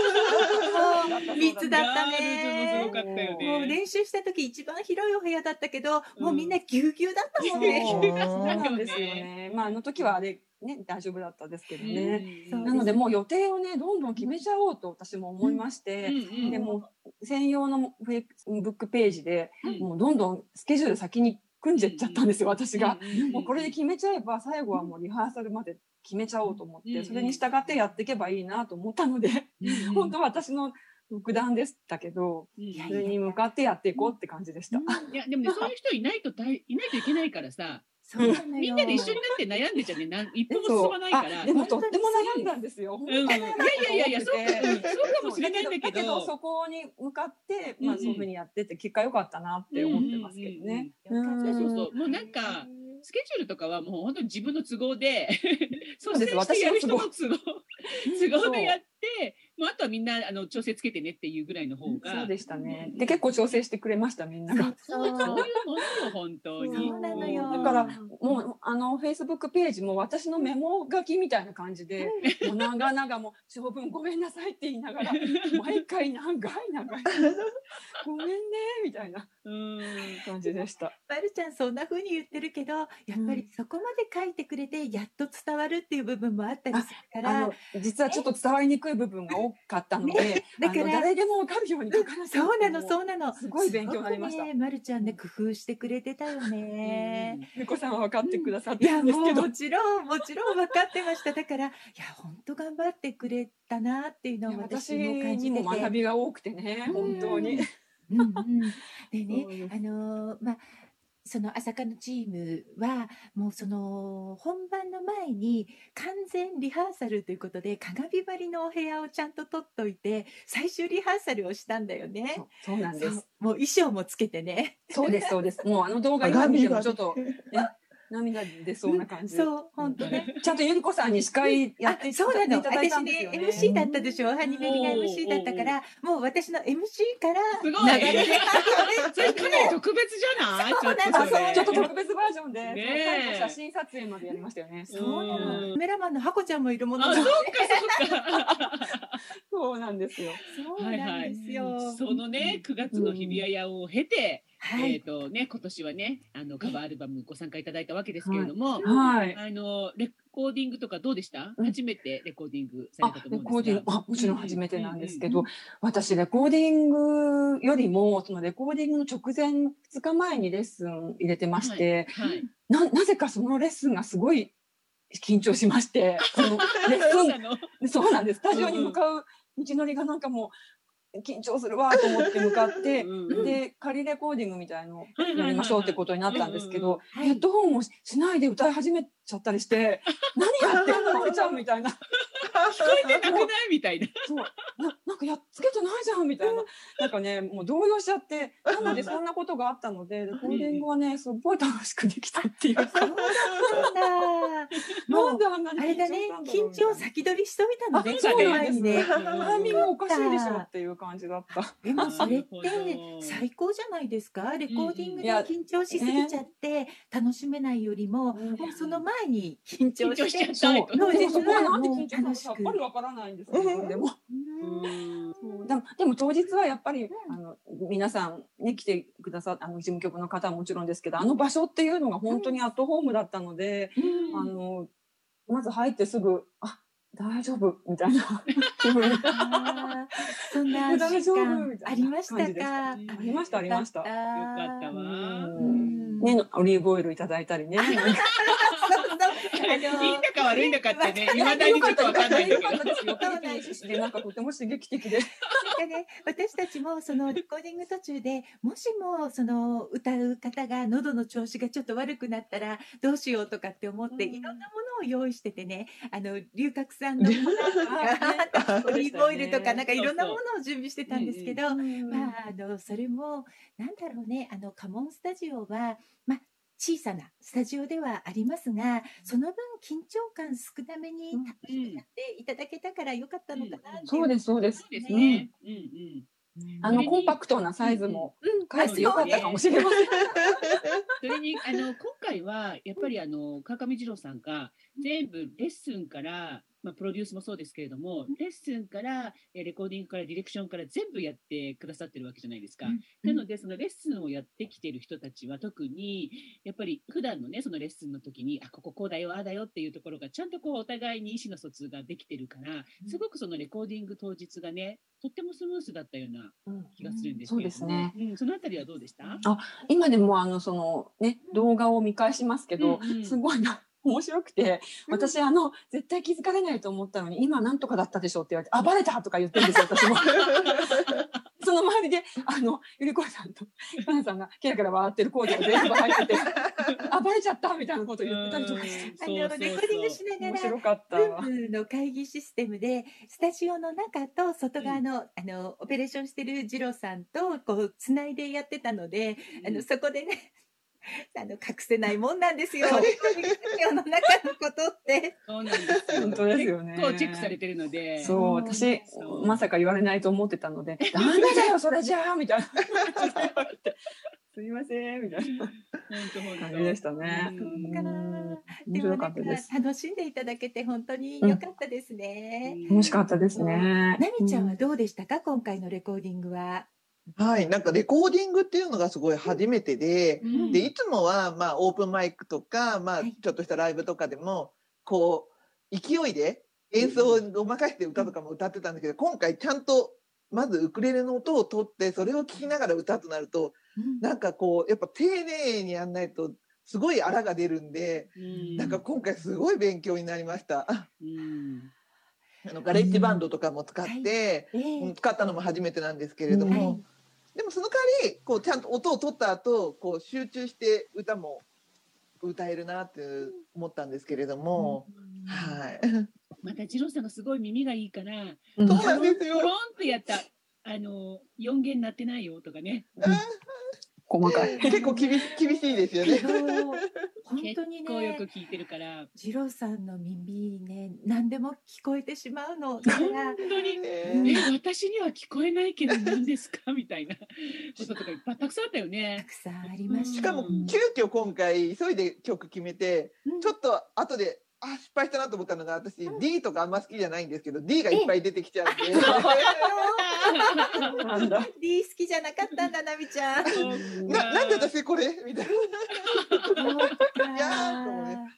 密だったガールズもすねご。かったよもうね。 練習した時一番広いお部屋だったけど、もうみんなぎゅうぎゅうだったもんそうね。 そうなんですよね。まああの時はあれね大丈夫だったですけどね。 うんなのでもう予定をねどんどん決めちゃおうと私も思いまして、 うんうんでもう専用のフェイスブックページで、 うんもうどんどんスケジュール先に組んでっちゃったんですよ、私が。 うんもうこれで決めちゃえば最後はもうリハーサルまで決めちゃおうと思って、 うんそれに従ってやっていけばいいなと思ったので、 うん本当は私の独断でしたけど、 うんそれに向かってやっていこうって感じでした。 いやでもねそういう人いないと大いないといけないからさ、 そうなのよみんなで一緒になって悩んでちゃねなん一歩も進まないから。 あでもとっても悩んだんですよ。 うんいやいやいやいやそうかそうかもしれないんだけだけどど。 そこに向かって、まあ、 うんうんそういうふうにやってて結果良かったなって思ってますけどね。 そうよかったそうそうもうなんかスケジュールとかはもう本当に自分の都合でそうです率先してやる人の私都合都合でやってもうあとはみんなあの調整つけてねっていうぐらいの方がそうでしたね。で結構調整してくれましたみんなが。 そうそういうものよ本当にそうなのよだからもうあのフェイスブックページも私のメモ書きみたいな感じで、もう長々も長文ごめんなさいって言いながら毎回長い長いごめんねみたいなうん感じでした。 まるちゃんそんな風に言ってるけど、やっぱりそこまで書いてくれてやっと伝わるっていう部分もあったりするから、 あの実はちょっと伝わりにくい部分が多かったので、 だからあの誰でも分かるように書かなきゃってそうなのそうなのすごい勉強になりました。 すごくね、まるちゃんね工夫してくれてたよね。 ゆこさんは分かってくださっいやてるんですけどもうも、ちろんもちろん分かってました。だからいや本当頑張ってくれたなっていうのを私私も感じてて。 にも学びが多くてね、本当に。 うんうん、でねそうですあのーまあその朝霞のチームはもうその本番の前に完全リハーサルということで鏡張りのお部屋をちゃんと取っといて最終リハーサルをしたんだよね。 そう、そうなんです。 もう衣装もつけてね。 そうですそうです。もうあの動画今見てもちょっと、ね、涙出そうな感じ。 そう本当ね。 ちゃんとゆり子さんに司会やっていただいたんですよね。 私ね エムシー だったでしょ。ハニメリが エムシー だったから、もう私の エムシー からすごい。流れで。それかなり特別じゃない？ そうなんです。ちょっと特別バージョンで、最後写真撮影までやりましたよね。 そうなの。カメラマンのハコちゃんもいるもの。 あ、そうかそうか。 そうなんですよ。 そうなんですよ。 そのね、くがつの日比谷野音を経て。えっとね、今年はね、あのカバーアルバムご参加いただいたわけですけれども、 はい、 あのレコーディングとかどうでした？初めてレコーディングされたと思うんですが。 あ、もちろん初めてなんですけど、私レコーディングよりもそのレコーディングの直前ふつかまえにレッスン入れてまして、はいはい、な, なぜかそのレッスンがすごい緊張しまして、そのレッスンそうなんです。スタジオに向かう道のりがなんかもう。緊張するわと思って向かってで仮レコーディングみたいのをやりましょうってことになったんですけど、ヘッドホンもしないで歌い始めちゃったりして何やってんのまるちゃんみたいな聞こえてなくないみたいなそう な, なんかやっつけてないじゃんみたいななんかねもう動揺しちゃってなのでそんなことがあったのでレコーディングはねすごい楽しくできたっていうかそうなんだもうあれだね緊張先取りしといたのねそうなんですねタイミングおかしいでしょっていう感じだった。 でもそれって最高じゃないですか。レコーディングで緊張しすぎちゃって楽しめないよりも、もうその前に緊張してそう当日はなんで緊張したのかさっぱりわからないんですけどでもでも当日はやっぱりあの皆さんね来てくださったあの事務局の方はもちろんですけどあの場所っていうのが本当にアットホームだったので、あのまず入ってすぐあ大丈夫みたいな気分そんな安心感ありましたか？ ありましたありました。よかったわ。 ねオリーブオイルいただいたりね。いいんだか悪いんだかってね、未だにちょっとわかんないんだけど。 でなんかとても刺激的で。 ね、私たちもそのレコーディング途中でもしもその歌う方が喉の調子がちょっと悪くなったらどうしようとかって思っていろんなものを用意しててね、あの龍角散の粉とかオリーブオイルとかなんかいろんなものを準備してたんですけど、まああのそれもなんだろうね、あのカモンスタジオはまあ小さなスタジオではありますが、その分緊張感少なめに楽しくやっていただけたから良かったのかなっていう。 そうですそうですね。あのコンパクトなサイズも返して良かったかもしれません。 それにあの今回はやっぱりあの川上二郎さんが全部レッスンからまあ、プロデュースもそうですけれども、レッスンからレコーディングからディレクションから全部やってくださってるわけじゃないですか。うん、なのでそのレッスンをやってきてる人たちは特にやっぱり普段のねそのレッスンの時にあこここうだよああだよっていうところがちゃんとこうお互いに意思の疎通ができてるからすごくそのレコーディング当日がねとってもスムースだったような気がするんですけど、うん、そうですね、うん、そのあたりはどうでした？ あ今でもあのそのね動画を見返しますけど、うんうん、すごいな面白くて私あの絶対気づかれないと思ったのに今なんとかだったでしょって言われてあバレたとか言ってるんですよ私もその周りであのゆりこさんとかなさんがケラケラ笑ってるコードが全部入っててあバレちゃったみたいなことを言ってたりとかしてあのレコーディングしながら面白かったルームの会議システムでスタジオの中と外側の、うん、あのオペレーションしてる二郎さんとこうつないでやってたので、うん、あのそこでねあの隠せないもんなんですよ。世の中のことって。 そうなんですよ。 本当ですよね。 結構チェックされてるので。 そう、私まさか言われないと思ってたので、ダメだよそれじゃあみたいな。すいませんみたいな感じでしたね。面白かったです。 楽しんでいただけて本当に良かったですね。 楽しかったですね。 なみちゃんはどうでしたか今回のレコーディングは。 はい、なんかレコーディングっていうのがすごい初めてで、うん、でいつもはまあオープンマイクとか、まあ、ちょっとしたライブとかでもこう勢いで演奏をごまかして歌とかも歌ってたんだけど、今回ちゃんとまずウクレレの音を取ってそれを聴きながら歌となると、うん、なんかこうやっぱ丁寧にやんないとすごいあらが出るんで、うん、なんか今回すごい勉強になりました。うんあのガレッジバンドとかも使って、うんはい、使ったのも初めてなんですけれども、はい、 でもその代わりこうちゃんと音を取った後こう集中して歌も歌えるなって思ったんですけれども、うん、はい。 また次郎さんがすごい耳がいいから、 そうなんですよ。 ポロンとやったあのよん弦鳴ってないよとかね。 細かい。 結構厳し厳しいですよね。 本当にね。 結構よく聞いてるから。 次郎さんの耳ね、何でも聞こえてしまうの。だから本当に、ね、私には聞こえないけど何ですかみたいなこととかいっぱいたくさんあったよね。 たくさんありました。 しかも急遽今回急いで曲決めて、うん、ちょっと後で。あ、失敗したなと思ったのが私、うん、D とかあんま好きじゃないんですけど D がいっぱい出てきちゃうんでなんだD 好きじゃなかったんだなみちゃんな, なんで私これみたいないやーと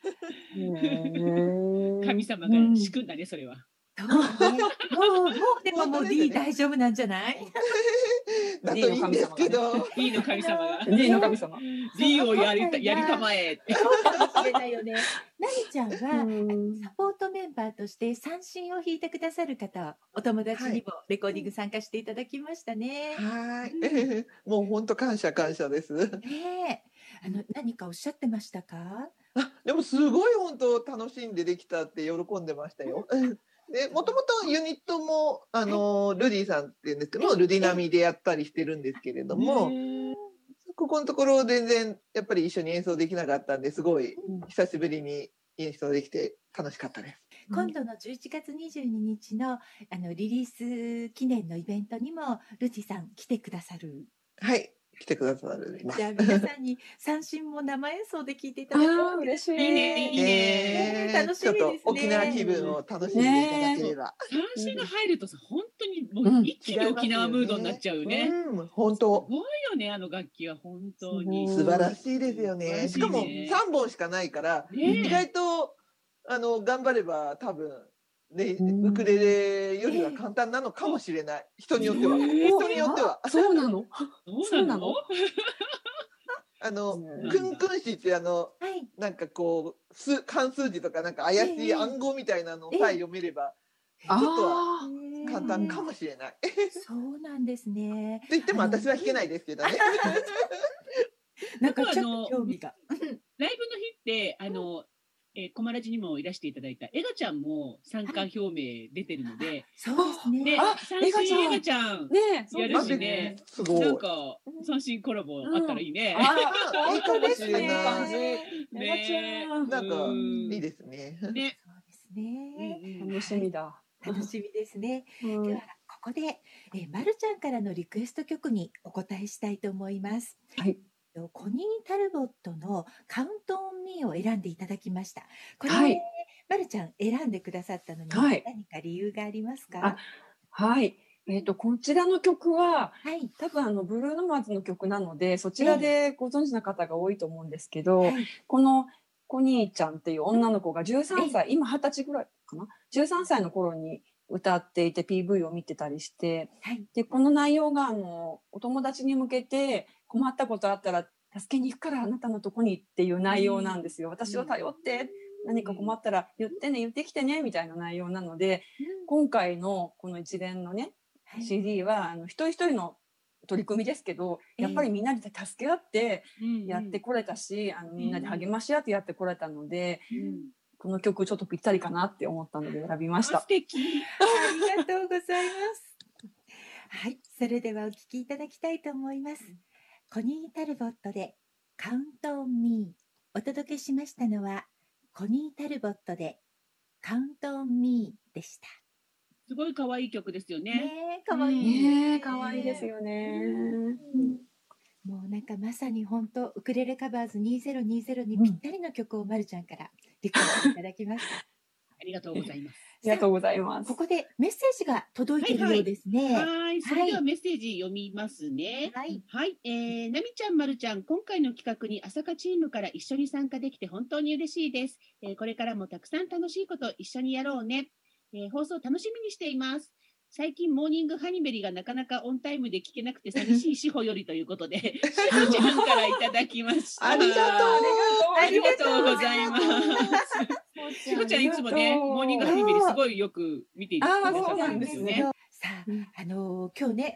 思ね神様が仕組んだねそれはもうもうでももう D 大丈夫なんじゃないだといいんですけど D の神様が D の神様 D をやりやりたまえってかもしれないよね。なみちゃんはサポートメンバーとして三線を弾いてくださる方お友達にもレコーディング参加していただきましたね。 はい、うん、もう本当感謝感謝です。 ねえ、あの何かおっしゃってましたか？ あ、でもすごい本当楽しんでできたって喜んでましたよ。でもともとユニットもあの、はい、ルディさんっていうんですけどルディナミでやったりしてるんですけれども、ここのところ全然やっぱり一緒に演奏できなかったんですごい久しぶりに演奏できて楽しかったです。 今度のじゅういちがつにじゅうににちのあのリリース記念のイベントにもルディさん来てくださる。 はい。来てくださる。 じゃあ皆さんに三振も生演奏で聞いていただけると嬉しい。 いいね、いいね。 楽しみですね。 ちょっと沖縄気分を楽しんでいただければ。 三振が入るとさ、本当にもう一気に沖縄ムードになっちゃうね。 うん、本当。 すごいよね、あの楽器は本当に。 素晴らしいですよね。しかも三本しかないから、意外とあの頑張れば多分。ね、ウクレレよりは簡単なのかもしれない。人によっては。人によっては。 そうなの？ そうなの？ あの、クンクンシってあの、なんかこう、数漢数字とかなんか怪しい暗号みたいなのさえ読めれば、ちょっとは簡単かもしれない。 そうなんですね。 と言っても私は弾けないですけどね。 なんかちょっと興味が。 ライブの日ってあの。えー、コマラジにもいらしていただいたエガちゃんも参加表明出てるので、 そうですね。 で、三振エガちゃんねやるしね、なんか三振コラボあったらいいね。 あ、いいかもしれない。 ね、 なんかいいですね。 ね、 そうですね。 楽しみだ。 楽しみですね。ではここで、えー、まるちゃんからのリクエスト曲にお答えしたいと思います。 はい。 コニー・タルボットのカウント・オン・ミーを選んでいただきました。これ、ね、 はい、 まるちゃん選んでくださったのに、 はい、 何か理由がありますか？ はい。えっと、こちらの曲は、 はい、 多分あのブルーノマーズの曲なのでそちらでご存知の方が多いと思うんですけど、はい、このコニーちゃんっていう女の子がじゅうさんさい、今はたちぐらいかな、じゅうさんさいの頃に歌っていて ピーブイ を見てたりして、はい、でこの内容があのお友達に向けて困ったことあったら助けに行くからあなたのとこにっていう内容なんですよ。私を頼って何か困ったら言ってね言ってきてねみたいな内容なので、今回のこの一連のね シーディー はあの一人一人の取り組みですけど、やっぱりみんなで助け合ってやってこれたし、あのみんなで励まし合ってやってこれたので、この曲ちょっとぴったりかなって思ったので選びました。 素敵。 ありがとうございます。はい、それではお聴きいただきたいと思います。コニー・タルボットでカウント・オン・ミー。お届けしましたのはコニー・タルボットでカウント・オン・ミーでした。 すごい可愛い曲ですよね。 ねえ、可愛いね。可愛いですよね。 もうなんかまさに本当ウクレレカバーズにせんにじゅうにぴったりの曲をまるちゃんからリクエストいただきました。 ありがとうございます。 ありがとうございます。 ここでメッセージが届いているようですね。 はい、はいはい、それではメッセージ読みますね。はい、はい、えー、なみちゃん、まるちゃん、今回の企画に朝霞チームから一緒に参加できて本当に嬉しいです。えー、これからもたくさん楽しいこと一緒にやろうね。えー、放送楽しみにしています。最近モーニングハニベリがなかなかオンタイムで聞けなくて寂しい志保よりということで、志保ちゃんからいただきました。 ありがとう。 ありがとうございます。志保ちゃんいつもね、モーニングハニベリすごいよく見ていただいてるんですよね。 さあ、あのー、今日ね、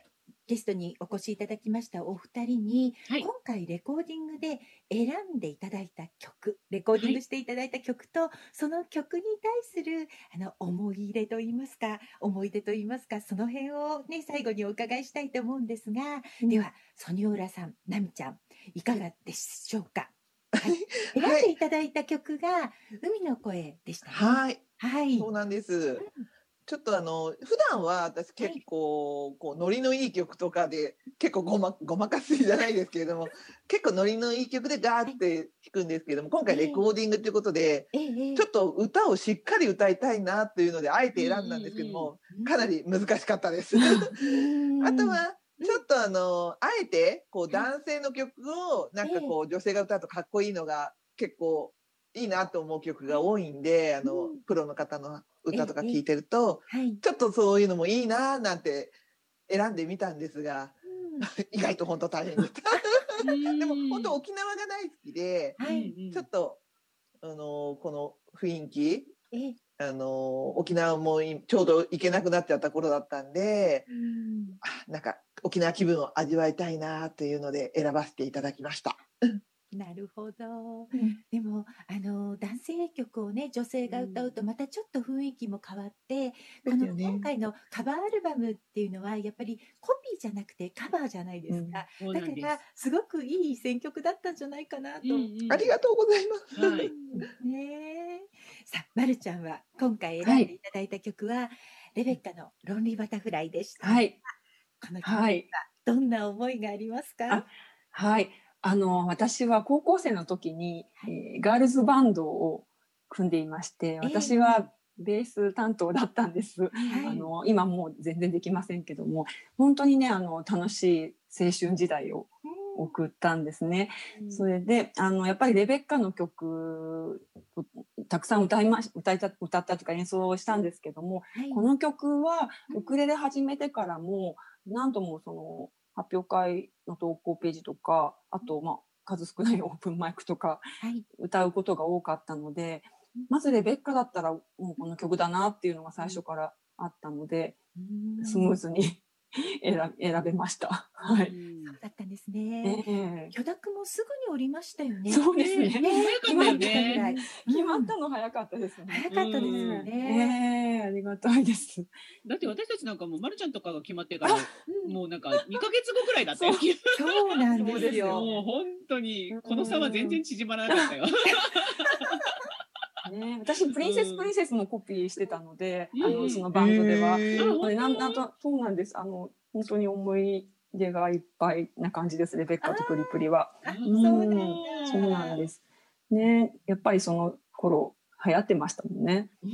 ゲストにお越しいただきましたお二人に、 はい、 今回レコーディングで選んでいただいた曲、レコーディングしていただいた曲と、はい、その曲に対するあの思い入れといいますか、思い出といいますか、その辺をね最後にお伺いしたいと思うんですが、うん、ではソニオーラさん、ナミちゃんいかがでしょうか。はい、選んでいただいた曲が海の声でしたね。 はい、 はい、 そうなんです。うん、ちょっとあの普段は私結構、はい、こうノリのいい曲とかで結構ごまごまかすじゃないですけれども結構ノリのいい曲でガーって弾くんですけれども、今回レコーディングということで、えー、ちょっと歌をしっかり歌いたいなというのであえて選んだんですけども、うんうん、かなり難しかったです。あとはちょっとあのあえてこう男性の曲をなんかこう女性が歌うとかっこいいのが結構いいなと思う曲が多いんで、あのプロの方の歌とか聞いてると、はい、ちょっとそういうのもいいななんて選んでみたんですが、うん、意外と本当大変でしたでも本当沖縄が大好きで、はい、ちょっとあのこの雰囲気、あの沖縄もちょうど行けなくなっちゃった頃だったんで、うん、なんか沖縄気分を味わいたいなというので選ばせていただきました。 なるほど、うん、でもあの男性曲をね女性が歌うとまたちょっと雰囲気も変わって、うん、この今回のカバーアルバムっていうのはやっぱりコピーじゃなくてカバーじゃないですか、うん、だからすごくいい選曲だったんじゃないかなと、うんうん、ありがとうございます、 はい、ね、さあ、まるちゃんは今回選んでいただいた曲は、はい、レベッカのロンリーバタフライでした、はい、この曲はどんな思いがありますか？ はい、はい、あの私は高校生の時に、はい、えー、ガールズバンドを組んでいまして、私はベース担当だったんです、はい、あの今もう全然できませんけども、本当にねあの楽しい青春時代を送ったんですね、うん、それであのやっぱりレベッカの曲をたくさん歌いま歌いた歌ったとか演奏したんですけども、はい、この曲はウクレレ始めてからも何度もその発表会の投稿ページとか、あと、まあ、数少ないオープンマイクとか歌うことが多かったので、はい、まずレベッカだったらもうこの曲だなっていうのが最初からあったので、うん、スムーズに選, 選べました。はい。 そうだったんですね。えー、許諾もすぐに降りましたよね。 そうですね。 ね決まったね。 決まったの早かったですね。 早かったですよね。 えー、ありがたいです。 だって私たちなんかもまるちゃんとかが決まってから、うん、もうなんかにかげつごくらいだったよ。 そうなんですよ。 もう本当にこの差は全然縮まらなかったよ。 ね、私プリンセスプリンセスもコピーしてたので、うん、あのそのバンドでは、えー、なんなんとそうなんです。あの本当に思い出がいっぱいな感じです。レベッカとプリプリは。 うん、そうね、 そうなんです。ね、やっぱりその頃流行ってましたもんね。うん、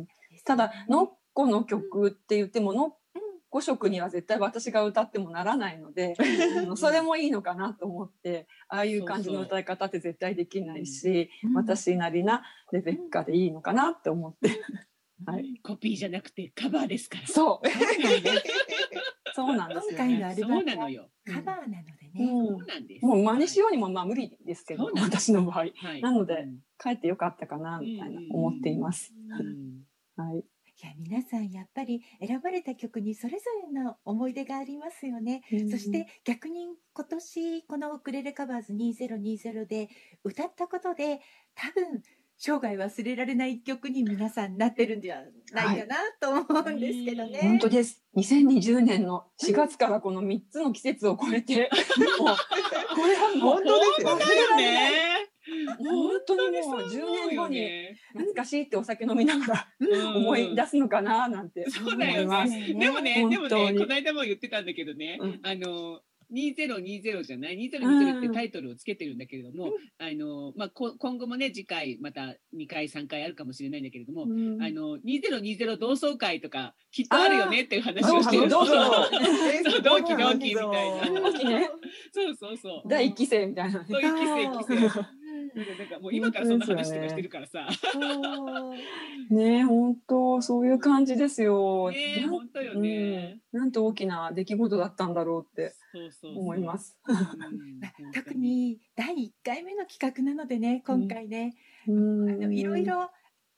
ただノッコの曲って言ってもノッご色には絶対私が歌ってもならないのでそれもいいのかなと思って、ああいう感じの歌い方って絶対できないし、そうそう、私なりなレベッカでいいのかなって思って、 はい、コピーじゃなくてカバーですから。 そうそうなんですよ、ね、 今回のアルバムそうなのよ、 カバーなのでね、 うん、そうなんです。 もう真似しようにもまあ無理ですけど、私の場合、はい、なので、うん、帰ってよかったかなみたいな思っています、うん、はい。 いや皆さんやっぱり選ばれた曲にそれぞれの思い出がありますよね、うん、そして逆に今年このウクレレカバーズにせんにじゅうで歌ったことで多分生涯忘れられない曲に皆さんなってるんじゃないかなと思うんですけどね、 はい、本当です。にせんにじゅうねんのしがつからこのみっつの季節を超えて、うん、もうこれはもう本当ですよね。 本当にもうじゅうねんごに懐かしいってお酒飲みながら思い出すのかななんて思います。 そうだよね。でもね、でもね、この間も言ってたんだけどね、うん、あのにせんにじゅうじゃないにせんにじゅうってタイトルをつけてるんだけれども、うん、あのまあ、こ今後もね次回またにかいさんかいあるかもしれないんだけれども、うん、あのにせんにじゅう同窓会とかきっとあるよねっていう話をしてる。 同期同期みたいな。 同期ね。 そうそうそう。 だいいっき生みたいな。 そういっき生いっき生。なんかもう今からそんな話とかしてるからさ。 ねえ、本当そういう感じですよ。 ねえ、本当よね、 うん。なんて大きな出来事だったんだろうって思います。 特にだいいっかいめの企画なのでね、今回ね、うん、あのいろいろあ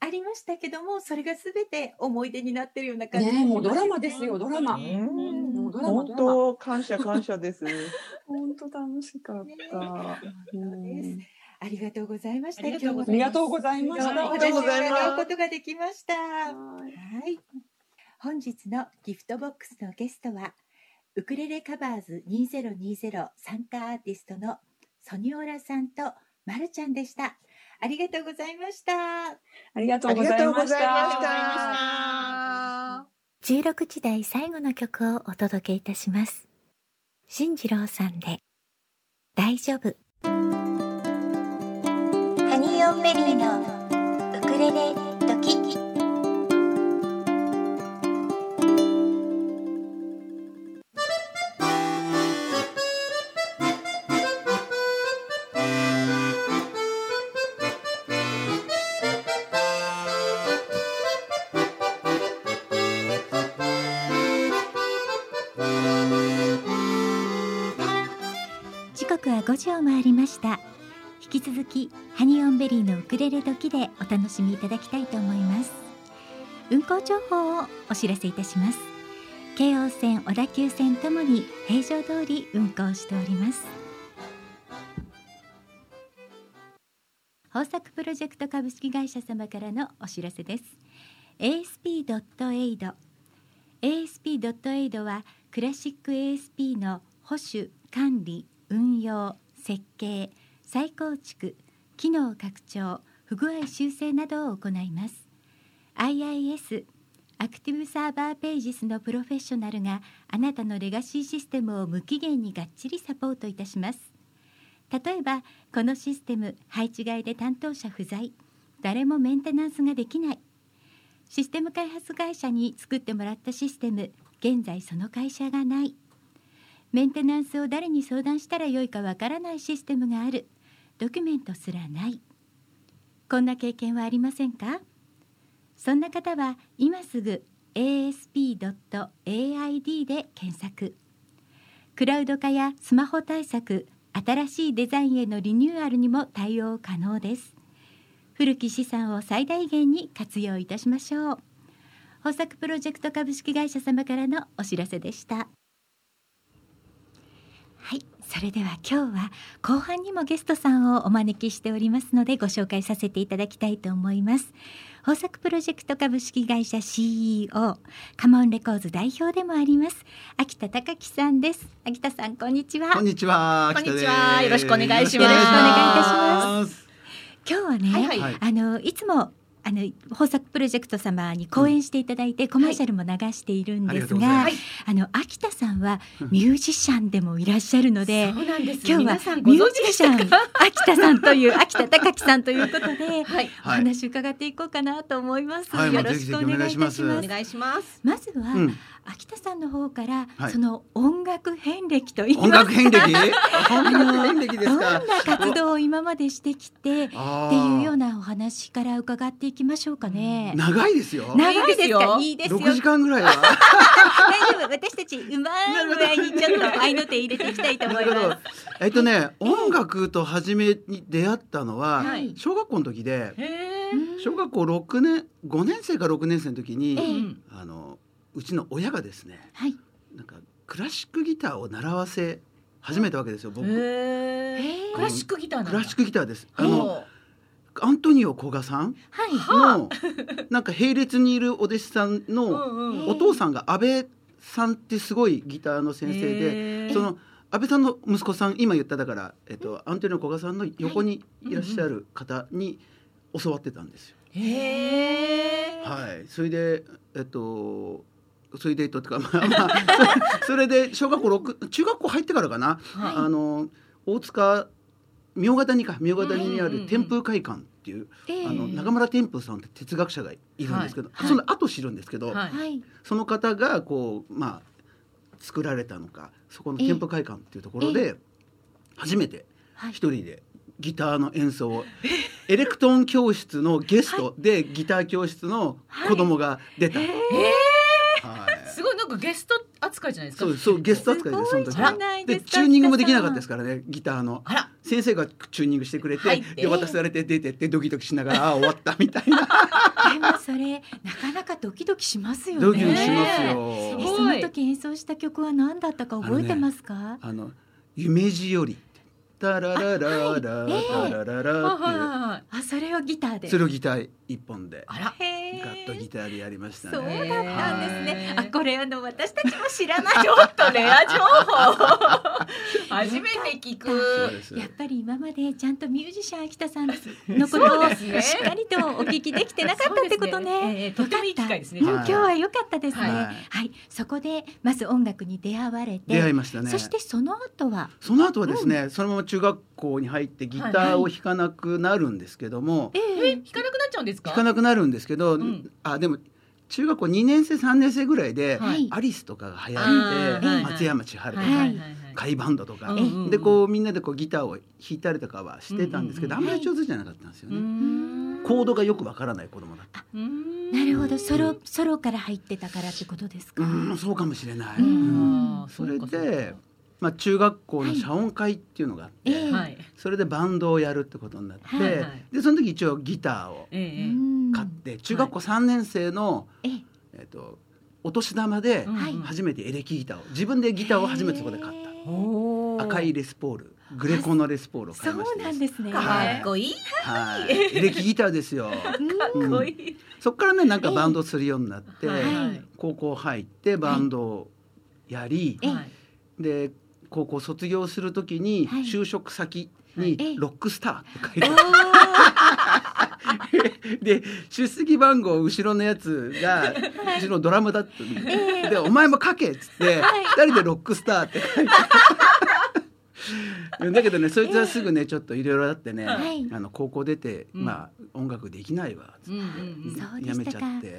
ありましたけども、それがすべて思い出になってるような感じですね。 ね、もうドラマですよ、ドラマ。 もうドラマ、本当感謝感謝です。 本当楽しかった。 ありがとうございました。ありがとうございました。 お話を伺うことができました。はい。本日のギフトボックスのゲストは、ウクレレカバーズにせんにじゅう参加アーティストのソニオラさんとまるちゃんでした。ありがとうございました。 ありがとうございました。 じゅうろくじ台最後の曲をお届けいたします。進次郎さんで大丈夫。ハニーオンベリーのウクレレドキ。時刻はごじを回りました。引き続きハニーオンベリーのウクレレ時でお楽しみいただきたいと思います。運行情報をお知らせいたします。京王線、小田急線ともに平常通り運行しております。豊作プロジェクト株式会社様からのお知らせです。 エーエスピードットエイド エーエスピードットエイド はクラシック エーエスピー の保守、管理、運用、設計、再構築、機能拡張、不具合修正などを行います。 アイアイエス アクティブサーバーページスのプロフェッショナルがあなたのレガシーシステムを無期限にがっちりサポートいたします。例えばこのシステム配置外で担当者不在、誰もメンテナンスができない、システム開発会社に作ってもらったシステム、現在その会社がない、メンテナンスを誰に相談したらよいかわからないシステムがある、ドキュメントすらない、こんな経験はありませんか？そんな方は今すぐ エーエスピードットエーアイディー で検索。クラウド化やスマホ対策、新しいデザインへのリニューアルにも対応可能です。古き資産を最大限に活用いたしましょう。豊作プロジェクト株式会社様からのお知らせでした。はい、それでは今日は後半にもゲストさんをお招きしておりますのでご紹介させていただきたいと思います。豊作プロジェクト株式会社 シーイーオー カモンレコーズ代表でもあります秋田隆樹さんです。秋田さん、こんにちは。 こんにちは。 こんにちは。よろしくお願いします。 よろしくお願いいたします。今日はね、はいはい、あのいつもあの豊作プロジェクト様に講演していただいて、うん、コマーシャルも流しているんですが、はい、あ, あの秋田さんはミュージシャンでもいらっしゃるので、 そうなんです。 今日はミュージシャン秋田さんという秋田隆樹さんということで、はい、お話伺っていこうかなと思います、はい、よろしくお願いいたします。 お願いします。 まずは、うん、秋田さんの方から、はい、その音楽遍歴といいますか、 音楽遍歴音楽遍歴ですか。 どんな活動を今までしてきてっていうようなお話から伺っていきましょうかね。 長いですよ。 長いですか。いいですよ。 ろくじかんぐらいは大丈夫。私たちうまい具合にちょっと合いの手入れていきたいと思います。 えっとね、音楽と初めに出会ったのは小学校の時で、小学校ろくねんごねん生かろくねん生の時に、あのうちの親がですね、はい、なんかクラシックギターを習わせ始めたわけですよ。僕クラシックギターなんだ。 クラシックギターです。あのアントニオ古賀さんのなんか並列にいるお弟子さんのお父さんが安倍さんってすごいギターの先生で、その安倍さんの息子さん、今言っただから、えっと、アントニオ古賀さんの横にいらっしゃる方に教わってたんですよ。へー、はい、それでえっとそれでとか、まあまあ、それで小学校ろく中学校入ってからかな、はい、あの大塚明ヶ谷か明ヶ谷にある天風会館っていう、うんうん、あの中村天風さんって哲学者がいるんですけど、はい、その後知るんですけど、はい、その方がこう、まあ、作られたのか、そこの天風会館っていうところで初めて一人でギターの演奏を、エレクトーン教室のゲストでギター教室の子供が出た、はいはいはい、すごいなんかゲスト扱いじゃないですか。 そうそう、ゲスト扱いです。その時でチューニングもできなかったですからね、ギターの。あら、 先生がチューニングしてくれて、で渡されて出てってドキドキしながらあ終わったみたいな。 でもそれなかなかドキドキしますよね。 ドキドキしますよ。 えその時演奏した曲は何だったか覚えてますか？ あの、ね、あの夢路よりタララララララララっていうあ、それをギターでそれをギター一本であらガッとギターでやりましたね。 そうだったんですね。あ、これあの私たちも知らないちょっとレア情報初めて聞く。 やっぱり今までちゃんとミュージシャン秋田さんのことをしっかりとお聞きできてなかったってことね。 とてもいい機会ですね。 今日は良かったですね。はい、そこでまず音楽に出会われて出会いましたね。 そしてその後はその後はですね、そのまま中学校に入ってギターを弾かなくなるんですけども、 え弾かなくなっちゃうんですか？ 弾かなくなるんですけど、あでも中学校にねん生さんねん生ぐらいでアリスとかが流行って松山千春とか甲斐バンドとかでこうみんなでこうギターを弾いたりとかはしてたんですけど、あんまり上手じゃなかったんですよね。コードがよくわからない子供だった。 なるほど、ソロソロから入ってたからってことですか？ うん、そうかもしれない。それでまあ、中学校の謝恩会っていうのがあって、はい、それでバンドをやるってことになって、はいはい、でその時一応ギターを買って、ええ、中学校さんねん生の、はい、えー、とお年玉で初めてエレキギターを自分でギターを初めてそこで買った、赤いレスポールグレコのレスポールを買いました。 そうなんですね。 かっこいい、 はい、エレキギターですよ。 かっこいい、うん、 そっからねなんかバンドするようになって、はい、高校入ってバンドをやり、はい、で高校卒業するときに就職先にロックスターって書いてある、で出席番号後ろのやつがうちのドラムだったんで、えー、でお前も書けっつってふたりでロックスターって書いてあるだけどねそいつはすぐねちょっといろいろあってね、はい、あの高校出て、うん、まあ音楽できないわっつって、うんうん、やめちゃって、うん、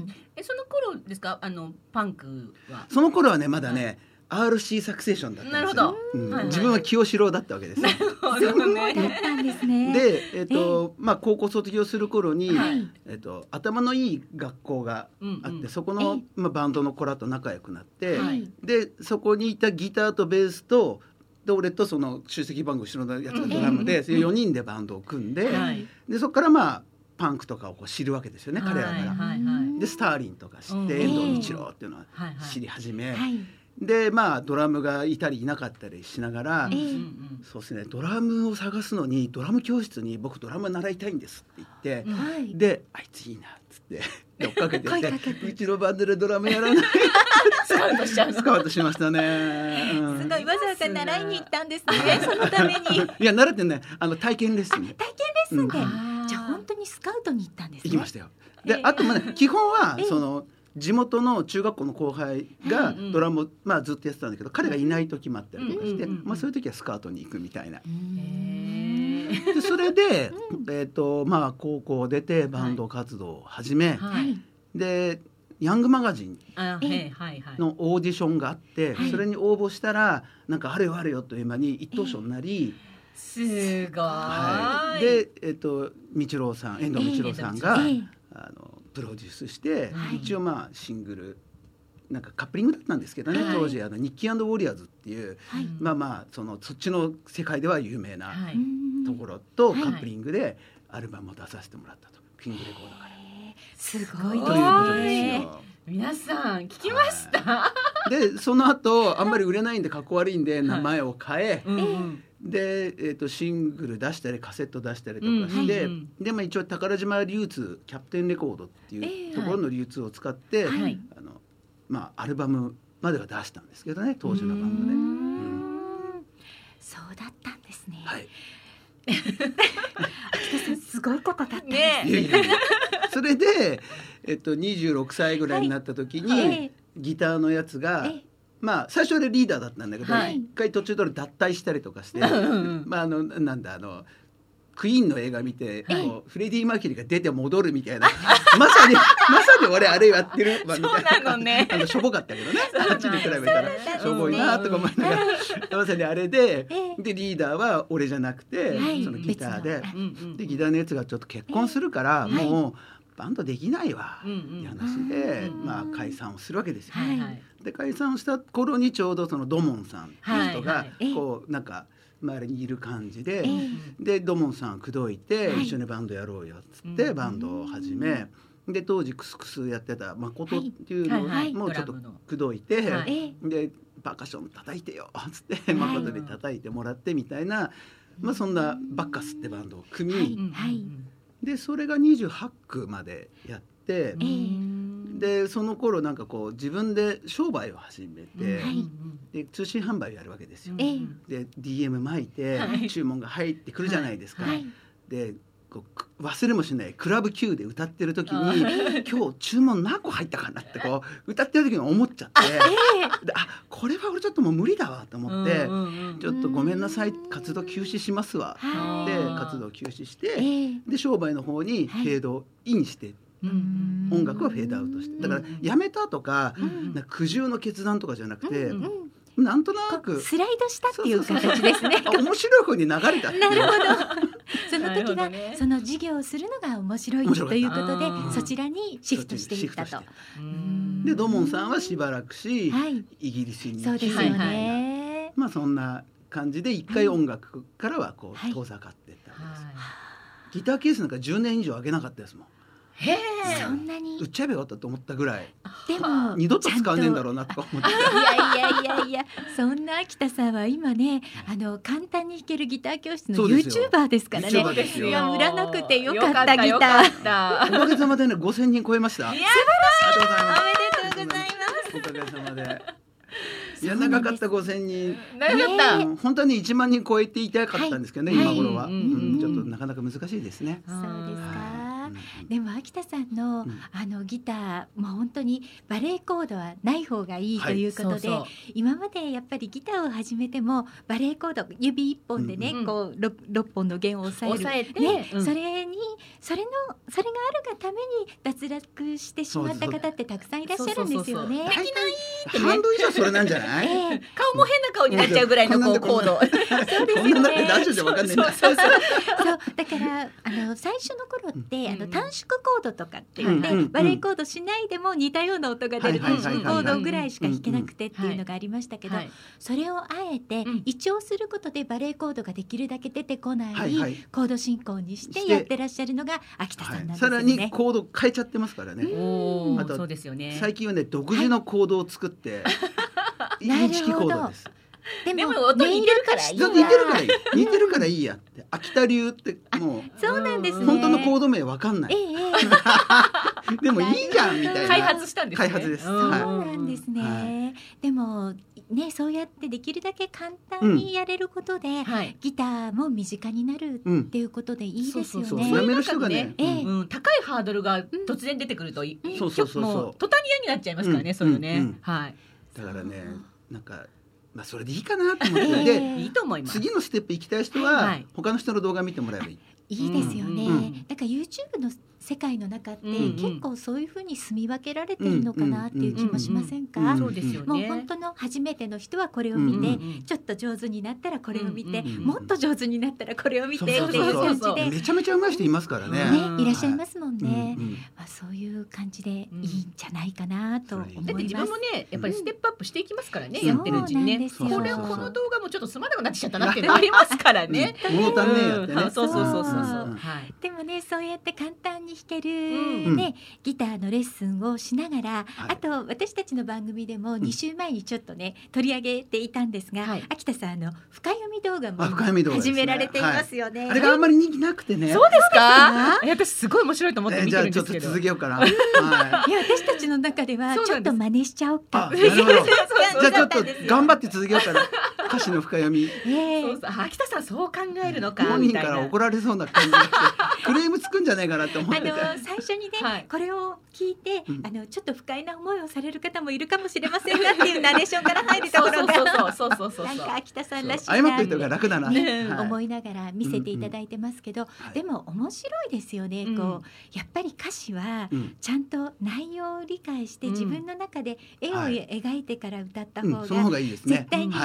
えその頃ですかあのパンクは？ その頃はねまだね、はいアールシー サクセーションだったんですよ。うんはいはい、自分は清志郎だったわけです。 そうだったんですね。 で、えっ、ー、と、えー、まあ高校卒業する頃に、はい、えっ、ー、と頭のいい学校があって、うんうん、そこの、まあ、バンドの子らと仲良くなって、はい、でそこにいたギターとベースとで俺とその出席番号後ろのやつがドラムで、うんうん、よにんでバンドを組んで、はい、でそこからまあパンクとかをこう知るわけですよね、はい、彼らから。はいはい、でスターリンとか知って、うん、遠藤道郎っていうのは知り始め。はいはいでまあドラムがいたりいなかったりしながら、えー、そうですねドラムを探すのにドラム教室に僕ドラム習いたいんですって言って、はい、であいついいなっつって追っかけててうちのバンドでドラムやらないスカウトしちゃうスカウトしましたね、 うん、すごいわざわざ習いに行ったんですねそのためにいや習ってねあの体験レッスンで体験レッスンで、うん、じゃあ本当にスカウトに行ったんですね。 行きましたよ。で、えー、あとまあ、ね、基本はその、えー地元の中学校の後輩がドラムを、まあ、ずっとやってたんだけど彼がいない時もあったりとかして、まあ、そういう時はスカートに行くみたいな。でそれで、えーとまあ、高校出てバンド活動を始め、はい、でヤングマガジンのオーディションがあって、はい、それに応募したらなんかあれよあれよという間に一等賞になり、 すごい、 はい、で、えーと、道郎さん遠藤道郎さんが、えー、あのプロデュースして、はい、一応まあシングルなんかカップリングだったんですけどね、はい、当時あのニッキー&ウォリアーズっていう、はい、まあまあそのそっちの世界では有名なところとカップリングでアルバムを出させてもらったと、はい、キングレコードからすごいということですよ。 皆さん聞きました、はい、でその後あんまり売れないんでかっこ悪いんで名前を変え、はいうんうんで、えー、とシングル出したりカセット出したりとかして、うんうん、で、まあ、一応宝島流通キャプテンレコードっていうところの流通を使って、えーはいあのまあ、アルバムまでは出したんですけどね当時のバンドで、うん、 そうだったんですね。 はい秋田さんすごいことだったんですね。 いやいやいやそれで、えー、とにじゅうろくさいぐらいになった時に、はい、ギターのやつが、えーまあ、最初でリーダーだったんだけど、はい、一回途中で脱退したりとかして、まあ、あのなんだあのクイーンの映画見て、はい、こうフレディ・マーキュリーが出て戻るみたいなまさにまさに俺あれやってるわみたいな、 そうなのね、 あのしょぼかったけどねあっちに比べたらしょぼいなとか思いながらまさにあれで、でリーダーは俺じゃなくて、はい、そのギターで、でギターのやつがちょっと結婚するから、もうバンドできないわ、うんうん、って話で、まあ、解散をするわけですよ、はいはい、で解散をした頃にちょうどそのドモンさんっていう人が、はいはい、こうなんか周りにいる感じで、えー、で土門さん口説いて、はい、一緒にバンドやろうよっつって、うん、バンドを始め、で当時クスクスやってた誠っていうのもちょっと口説いて、はい、でパーカッション叩いてよっつって、はい、誠に叩いてもらってみたいな、まあ、そんなバッカスってバンドを組み、はいはい、でそれがにじゅうはち区までやって、えー、でその頃なんかこう自分で商売を始めて、はい、で通信販売をやるわけですよ、えー、で ディーエム 巻いて、はい、注文が入ってくるじゃないですか、はい、でこう忘れもしないクラブ Q で歌ってる時に今日注文何個入ったかなってこう歌ってる時に思っちゃって、えー、であこれは俺ちょっともう無理だわと思って、うんうんうん、ちょっとごめんなさい活動休止しますわって活動休止して、えー、で商売の方にフェードインして、はい、音楽はフェードアウトしてだからやめたとか、うん、なんか苦渋の決断とかじゃなくて、うんうん、なんとなくスライドしたっていう形ですね。 面白い風に流れたっていう。 なるほど。その時が、ね、その事業をするのが面白いということでそちらにシフトしていったと。 で土門さんはしばらくし、はい、イギリスに行き、 そうですよね。 まあそんな感じで一回音楽からはこう、はい、遠ざかっていったんです、はい、ギターケースなんかじゅうねん以上上げなかったですもん。 へー、そんなに売っちゃえばよかったと思ったぐらい。 でも二度と使わねえんだろうなとか思って。 いやいやいやいや、そんな秋田さんは今ね、あの簡単に弾けるギター教室の YouTuber ですからね。いや売らなくてよかったギター。 おかげさまでねごせんにん超えました。 いや素晴らしい。おめでとうございます。 おかげさまで。いや長かったごせんにん。 長かった。 うん、本当にいちまんにん超えていたかったんですけどね、はい、今頃は、はい、うん、ちょっとなかなか難しいですね。 そうですか。でも秋田さんの、うん、あのギターもう本当にバレーコードはない方がいいということで、はい、そうそう今までやっぱりギターを始めてもバレーコード指一本でね、うん、こう 6, ろっぽんの弦を押さえる押さえて、 ね、うん、それにそれのそれがあるがために脱落してしまった方ってたくさんいらっしゃるんですよね。 できないってね、 半分以上それなんじゃない？えー、 顔も変な顔になっちゃうぐらいのこうコード。 そうですよね。 ラジオじゃ分かんないんだ。 そうそうそうそうだからあの最初の頃って、うん、あの短縮コードとかって言って、うん、バレーコードしないでも似たような音が出る短縮コードぐらいしか弾けなくてっていうのがありましたけど、それをあえて一聴することでバレーコードができるだけ出てこない、はいはい、コード進行にしてやってらっしゃるのが秋田さんなんですよね。 はい、さらにコード変えちゃってますからね。 おあとそうですよね。 最近はね独自のコードを作って、はい、インチキコードです。 でも音似てるからいいや。 似てるからいい。似てるからいいやって。秋田流ってもうそうなんですね。 本当のコード名わかんない。ええ、でもいいじゃんみたいな。 開発したんですね。 開発です。 そうなんですね。はい、でもねそうやってできるだけ簡単にやれることで、うんはい、ギターも身近になるっていうことでいいですよね。 そうやめる人がね、 ええうん、高いハードルが突然出てくると、うん、そうそうそうそう途端に嫌になっちゃいますからね、うん、そういうね、うんうん、はい。 だからねなんか。まあ、それでいいかなと思って、えー、でいいと思います。 次のステップ行きたい人は、はいはい、他の人の動画見てもらえばいい。 いいですよね、うん、なんか YouTube の世界の中って、うん、結構そういう風に住み分けられてるのかなっていう気もしませんか？ そうですよね。 もう本当の初めての人はこれを見て、うんうん、ちょっと上手になったらこれを見て、うんうん、もっと上手になったらこれを見てっていう感じでめちゃめちゃ上手い人いますからね、 ねいらっしゃいますもんね、うんうんまあ、そういう感じでいいんじゃないかなと思います。 だって自分もねやっぱりステップアップしていきますからね、うん、やってるうちにねこれをこの動画もちょっとつまらなくなってきちゃったなっていうのありますからね。 物足んねえやってね。 そうそうそうそうそう、はい、 でもねそうやって簡単に弾ける、うんね、ギターのレッスンをしながら、はい、あと私たちの番組でもに週前にちょっとね、うん、取り上げていたんですが、はい、秋田さんあの深読み動画も始められていますよね。 はい、あれがあんまり人気なくてね。 そうですか？私すごい面白いと思って見てるんですけど、 えー、じゃあちょっと続けようかな。 はい、いや私たちの中ではちょっと真似しちゃおうか。 なるほど。じゃあちょっと頑張って続けようかな。歌詞の深読み。 えー、そうそう秋田さんそう考えるのか本人から怒られそうな感じがしてクレームつくんじゃないかなって思ってて。 あの最初にね、はい、これを聞いて、うん、あのちょっと不快な思いをされる方もいるかもしれませんがっていうナレーションから入るところがそうそうそうそうそうそうなんか秋田さんらしいな謝っといた方が楽だな、 ねはい、思いながら見せていただいてますけど、うんうん、でも面白いですよね、うん、こうやっぱり歌詞はちゃんと内容を理解して、うん、自分の中で絵を描いてから歌った方が絶対にいいじゃない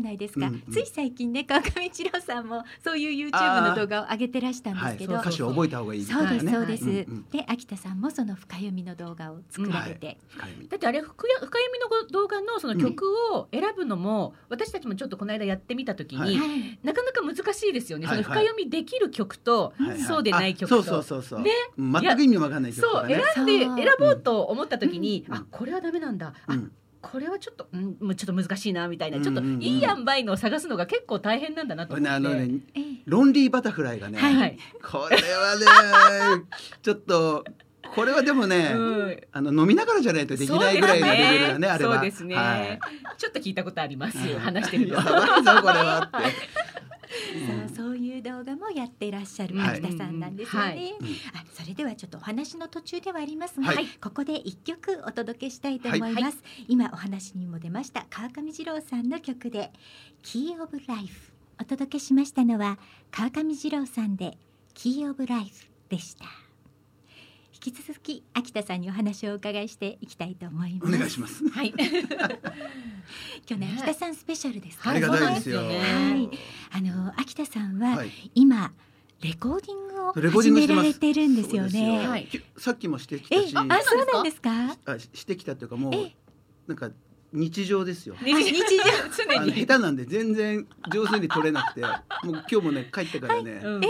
ないですか、 うんうん、 つい最近ね川上一郎さんもそういう YouTube の動画を上げてらしたんですけど、 はい、歌詞を覚えた方がいいですね。 そうですそうです、 はい、うんうん、 で秋田さんもその深読みの動画を作られて、 うんはい、だってあれ深読みの動画のその曲を選ぶのも、うん、私たちもちょっとこの間やってみた時に、はい、なかなか難しいですよね、はいはい、その深読みできる曲と、はいはい、そうでない曲と、 そうそうそうそう、ね、全く意味わかんない曲とかね、 そう選んで選ぼうと思った時に、うん、あこれはダメなんだ、 うん、 あこれはちょっと、うん、もうちょっと難しいなみたいな、うんうんうん、ちょっといい塩梅のを探すのが結構大変なんだなと思って、あの、ね、 ロンリーバタフライがね、はい、これはねちょっとこれはでもね、うん、あの飲みながらじゃないとできないぐらいのレベルだね、あれは。 そうですね、はい、ちょっと聞いたことあります、はい、話してるとやばいぞこれはってそう、そういう動画もやっていらっしゃる秋田さんなんですよね、はいはい、あそれではちょっとお話の途中ではありますが、はい、ここで一曲お届けしたいと思います、はい、今お話にも出ました川上二郎さんの曲でキーオブライフ、お届けしましたのは川上二郎さんでキーオブライフでした。引き続き秋田さんにお話をお伺いしていきたいと思います。 お願いします。 はい。今日ね秋田さんスペシャルですから、 ありがたいですよ。 はい。あの秋田さんは、はい、今レコーディングを始められてるんですよね。 はい、さっきもしてきたし、 あ、そうなんですか。 あ、してきたというかもうなんか。日常ですよ。 日常常に下手なんで全然上手に撮れなくて、もう今日もね帰ってからね、はい、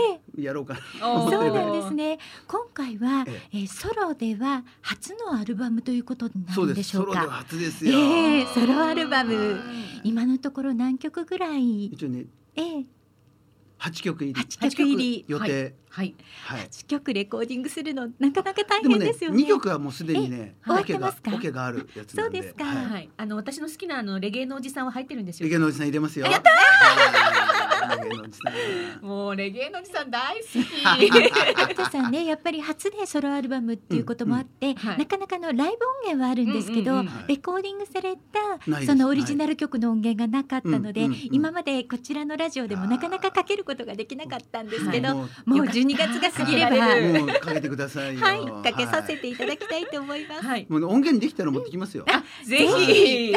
やろうかな。 そうなんですね。今回は、ええー、ソロでは初のアルバムということになるんでしょうか。 そうです。ソロでは初ですよ。 えー、ソロアルバム今のところ何曲ぐらい？ 一応ね。 えーはちきょく入り、 はちきょく入り予定、 はいはい、はちきょくレコーディングするのなかなか大変ですよね。 でもねにきょくはもうすでにね終わってますか？ オケがあるやつなんで。 そうですか、 はいはい、あの私の好きなあのレゲエのおじさんは入ってるんですよ。 レゲエのおじさん入れますよ。 やったーレゲエのおじさんもうレゲエのおじさん大好き秋田さんねやっぱり初でソロアルバムっていうこともあって、うんうんはい、なかなかのライブ音源はあるんですけど、うんうんうん、レコーディングされたそのオリジナル曲の音源がなかったので、はい、今までこちらのラジオでもなかなかかけることができなかったんですけど、はい、もう、もうじゅうにがつが過ぎればもうかけてくださいよ。 はい、かけさせていただきたいと思います。 はい、もう音源できたら持ってきますよ。 あ、ぜひ。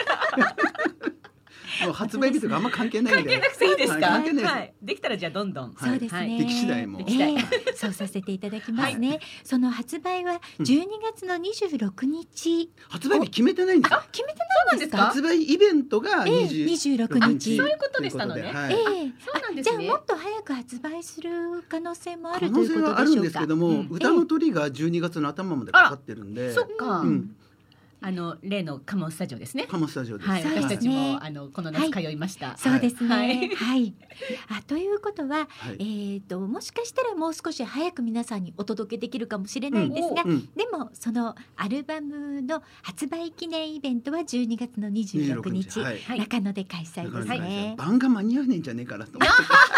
もう発売日とかあんま関係ないんで。 関係なくていいですか。 関係ないです。 はい、できたらじゃあどんどん。 そうですね。 でき次第も。 えー、そうさせていただきますね。はい、その発売はじゅうにがつのにじゅうろくにち。 発売日決めてないんですか。 決めてないんですか。 発売イベントがにじゅうろくにち。 そういうことでしたのね。 はい、ええー、 そうなんですね。 じゃあもっと早く発売する可能性もあるということでしょうか。 可能性はあるんですけども、うん、歌の鳥がじゅうにがつの頭までかかってるんで。 そっか。うんあの例のカモンスタジオですね。 カモンスタジオです。 はい、私たちもあのこの夏通いました。 はい、そうですね。はい。はい、あということは、はい、えっともしかしたらもう少し早く皆さんにお届けできるかもしれないんですが、うん、でもそのアルバムの発売記念イベントはじゅうにがつのにじゅうろくにち、はい、中野で開催ですね。 番が間に合わねえんじゃねえかなと思って。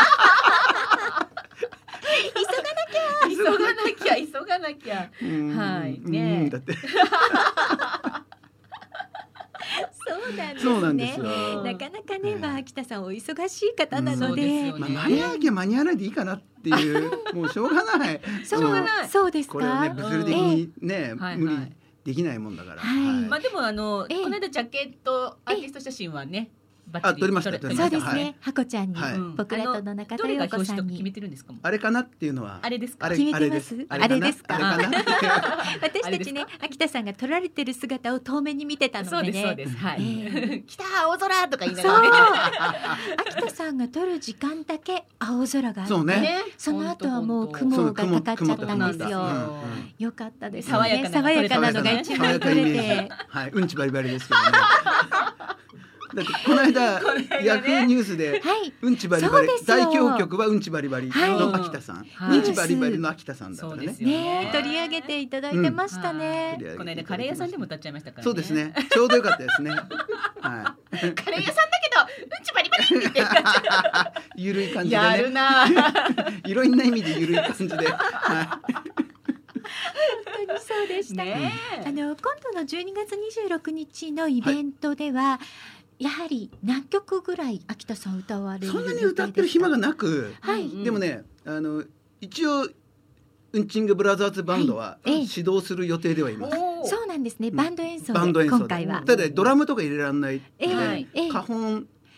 急がなきゃ急がなきゃはいねだってそうなんですね。なかなかね、まあ秋田さんお忙しい方なので、 まあ間に合わなきゃ間に合わないでいいかなっていうもうしょうがない。 しょうがない。そうですか。 これはね物理的にね無理できないもんだから。 まあでもあのこの間ジャケットアーティスト写真はね。 あ、撮りました。 そうですね。ハコちゃんに、僕らとの中田陽子さんに決めてるんですか。 あれかなっていうのは。 あれですか。 決めてます。あれですか。 私たちね、秋田さんが撮られてる姿を遠目に見てたのでね。 そうです。はい。来た青空とか言いながらね。 秋田さんが撮る時間だけ青空があって、その後はもう雲がかかっちゃったんですよ。よかったです。 爽やかなのが一番撮れて。 はい、うんちバリバリですけどね。だってこの間ヤフーニュースでうんちバリバリ代表曲はうんちバリバリの秋田さん、うんちバリバリの秋田さんだからね。 ね取り上げていただいてましたね。 この間カレー屋さんでも歌っちゃいましたからね。 そうですね。ちょうどよかったですね。はい。 カレー屋さんだけどうんちバリバリって言ってゆるい感じでね。 やるな。 いろんな意味でゆるい感じで。はい。 本当にそうでした。ね、あの今度のじゅうにがつにじゅうろくにちのイベントでは、はい、やはり何曲ぐらい秋田さん歌われる？ そんなに歌ってる暇がなく、はい、でもねあの一応うんちんぐブラザーズバンドは指導する予定ではいます。 そうなんですね。バンド演奏で、 バンド演奏で今回は。 ただドラムとか入れられないので、えー、花本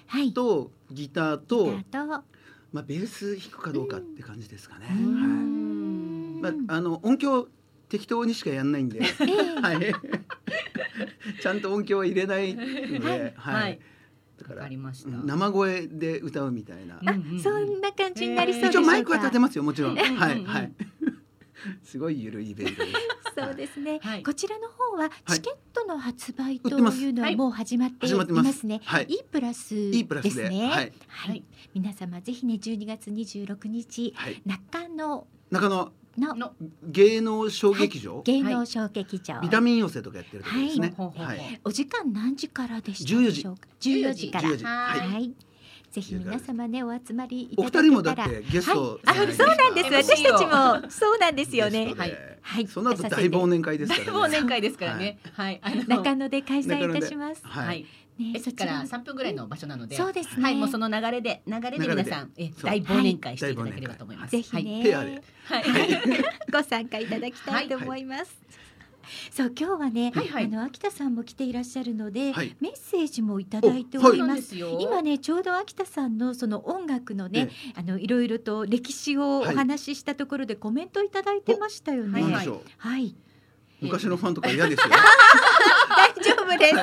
とギターと、 ギターとまあベース弾くかどうかって感じですかね。 うんはい。まああの音響適当にしかやんないんで、はい。ちゃんと音響は入れないので、はい。だから生声で歌うみたいな。 あ、そんな感じになりそうでしょうか。 一応マイクは立てますよ、もちろん。はいはい。すごいゆるいイベントです。 そうですね。こちらの方はチケットの発売というのはもう始まっていますね。E プラスですね。はい。皆様ぜひね、じゅうにがつにじゅうろくにち中野中野の芸能小劇場、 芸能小劇場ビタミン寄せとかやってるところですね。はい。 お時間何時からでしたでしょうか。じゅうよじから。はい。ぜひ皆様ね、お集まりいただけたら。 お二人もだってゲスト、 あ、そうなんです。私たちもそうなんですよね。 はい。その後大忘年会ですからね。 大忘年会ですからね。はい。 中野で開催いたします。 はい。駅からさんぷんぐらいの場所なので、 そうですね。 はい、もうその流れで流れで皆さん大忘年会していただければと思います。 ぜひね、 ペアでご参加いただきたいと思います。そう今日はね、あの秋田さんも来ていらっしゃるので、メッセージもいただいております。今ねちょうど秋田さんのその音楽のね、あのいろいろと歴史をお話ししたところでコメントいただいてましたよね。はい。 昔のファンとか嫌ですよ。 大丈夫です。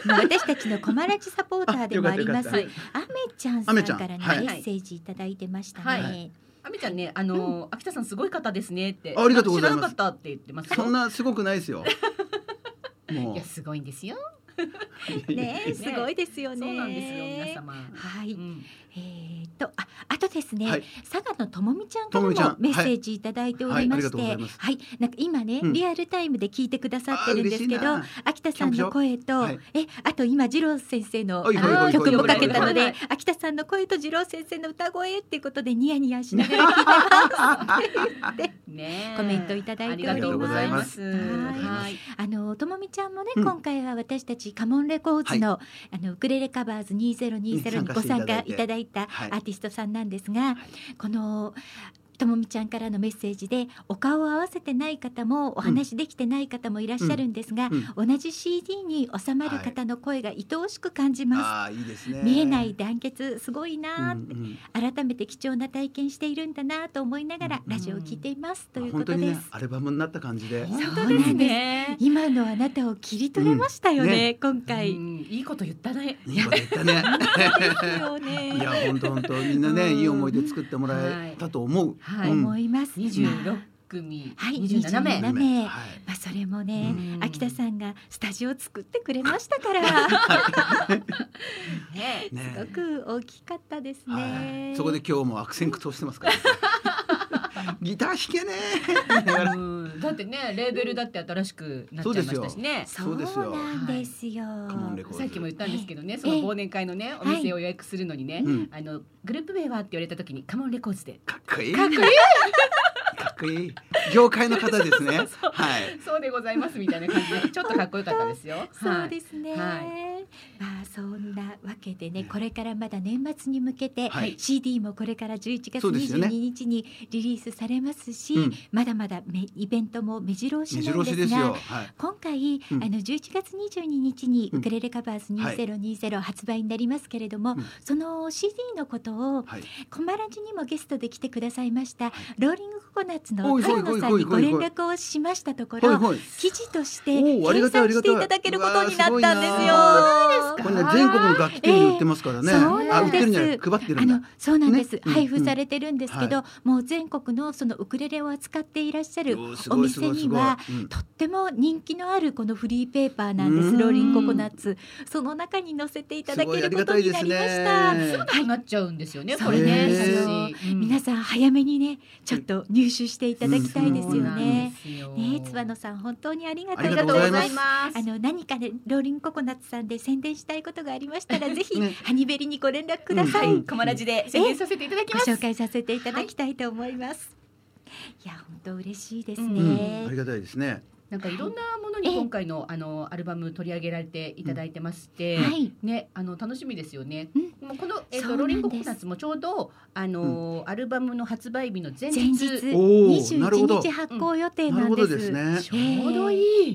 私たちのコマラジサポーターでもあります。あめちゃんさんからねメッセージいただいてましたね。 あめちゃんね、あの秋田さんすごい方ですねって。 ありがとうございます。 知らなかったって言ってます。 そんなすごくないですよ。 もういやすごいんですよ。 ね、すごいですよね。 そうなんですよ皆様。 はい。えっとああとですね、佐賀のともみちゃんからもメッセージいただいておりまして、はい、なんか今ねリアルタイムで聞いてくださってるんですけど、秋田さんの声とえあと今次郎先生の曲もかけたので、秋田さんの声と次郎先生の歌声っていうことでニヤニヤしながら聞いてますってコメントいただいております。はい。あのともみちゃんもね今回は私たちカモンレコーズのあのウクレレカバーズにせんにじゅうにご参加いただいたアーティストさんなんですが、このともみちゃんからのメッセージでお顔を合わせてない方もお話できてない方もいらっしゃるんですが、うん、同じ シーディー に収まる方の声が愛おしく感じます、 はい、あいいですね。 見えない団結すごいなって、うんうん、改めて貴重な体験しているんだなと思いながらラジオを聞いています、うんうん、ということです。本当にね、 アルバムになった感じで本当ですね。今のあなたを切り取れましたよね、うんね、今回、うん、 いいこと言ったね。 いいこと言ったね。 ですよね。 いや本当本当みんなね、うん、いい思い出作ってもらえたと思う、 はい、うん、思います。 にじゅうろくくみ、 はい、にじゅうななめい、はい、まあそれもね、秋田さんがスタジオを作ってくれましたからね、すごく大きかったですね、 はい、そこで今日も悪戦苦闘してますからギター弾けねうん、だってねレーベルだって新しくなっちゃいましたしね。 そうなんですよ、 はい、さっきも言ったんですけどね、その忘年会のねお店を予約するのにね、はい、あのグループ名はって言われた時にカモンレコーズでかっこいいかっこいいかっこいい業界の方ですね。 そう、はい、そうでございますみたいな感じでちょっとかっこよかったですよ。 そうですね、はい、まあそんなわけでね、これからまだ年末に向けて、はい、シーディー もこれからじゅういちがつにじゅうににちにリリースされますし、うん、まだまだイベントも目白押しなんですが、はい、今回、うん、あのじゅういちがつにじゅうににちにウクレレカバーズにせんにじゅう発売になりますけれども、はい、その シーディー のことを、はい、コマラジにもゲストで来てくださいました、はい、ローリングココナッツの菅野さんにご連絡をしましたところ、記事として掲載していただけることになったんですよ。 これね全国の楽器店に売ってますからね。あ、売ってるんじゃない、配ってるんだ。 あのそうなんです、配布されてるんですけど、もう全国のそのウクレレを扱っていらっしゃるお店にはとっても人気のあるこのフリーペーパーなんです。ローリングココナッツ、その中に載せていただけることになりました。 すぐになっちゃうんですよね、これね。 皆さん早めにねちょっと入手していただきたいですよね。ね、つばのさん本当にありがとうございます。あの何かでローリングココナッツさんで宣伝したいことがありましたらぜひハニベリにご連絡ください。 コマラジで宣伝させていただきます。 ご紹介させていただきたいと思います。いや本当嬉しいですね。 ありがたいですね。 なんかいろんなものに今回のあのアルバム取り上げられていただいてまして、ね、あの楽しみですよね。もうこのえっとローリングココナッツもちょうどあのアルバムの発売日の前日にじゅういちにち発行予定なんです。 ちょうどいい。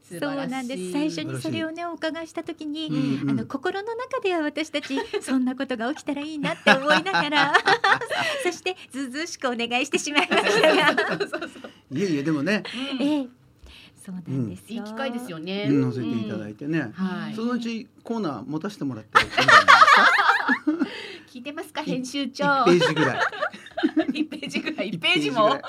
そうなんです。最初にそれをねお伺いした時に、うんうん、あの心の中では私たちそんなことが起きたらいいなって思いながらそしてずうずうしくお願いしてしまいましたがいえいえでもね、 うん、ええそうなんですよ、 うん、いい機会ですよね、 乗せていただいてね、うんはい、そのうちコーナー持たせてもらっていいんじゃないですか聞いてますか編集長いちページぐらいいちページぐらいいちページもはい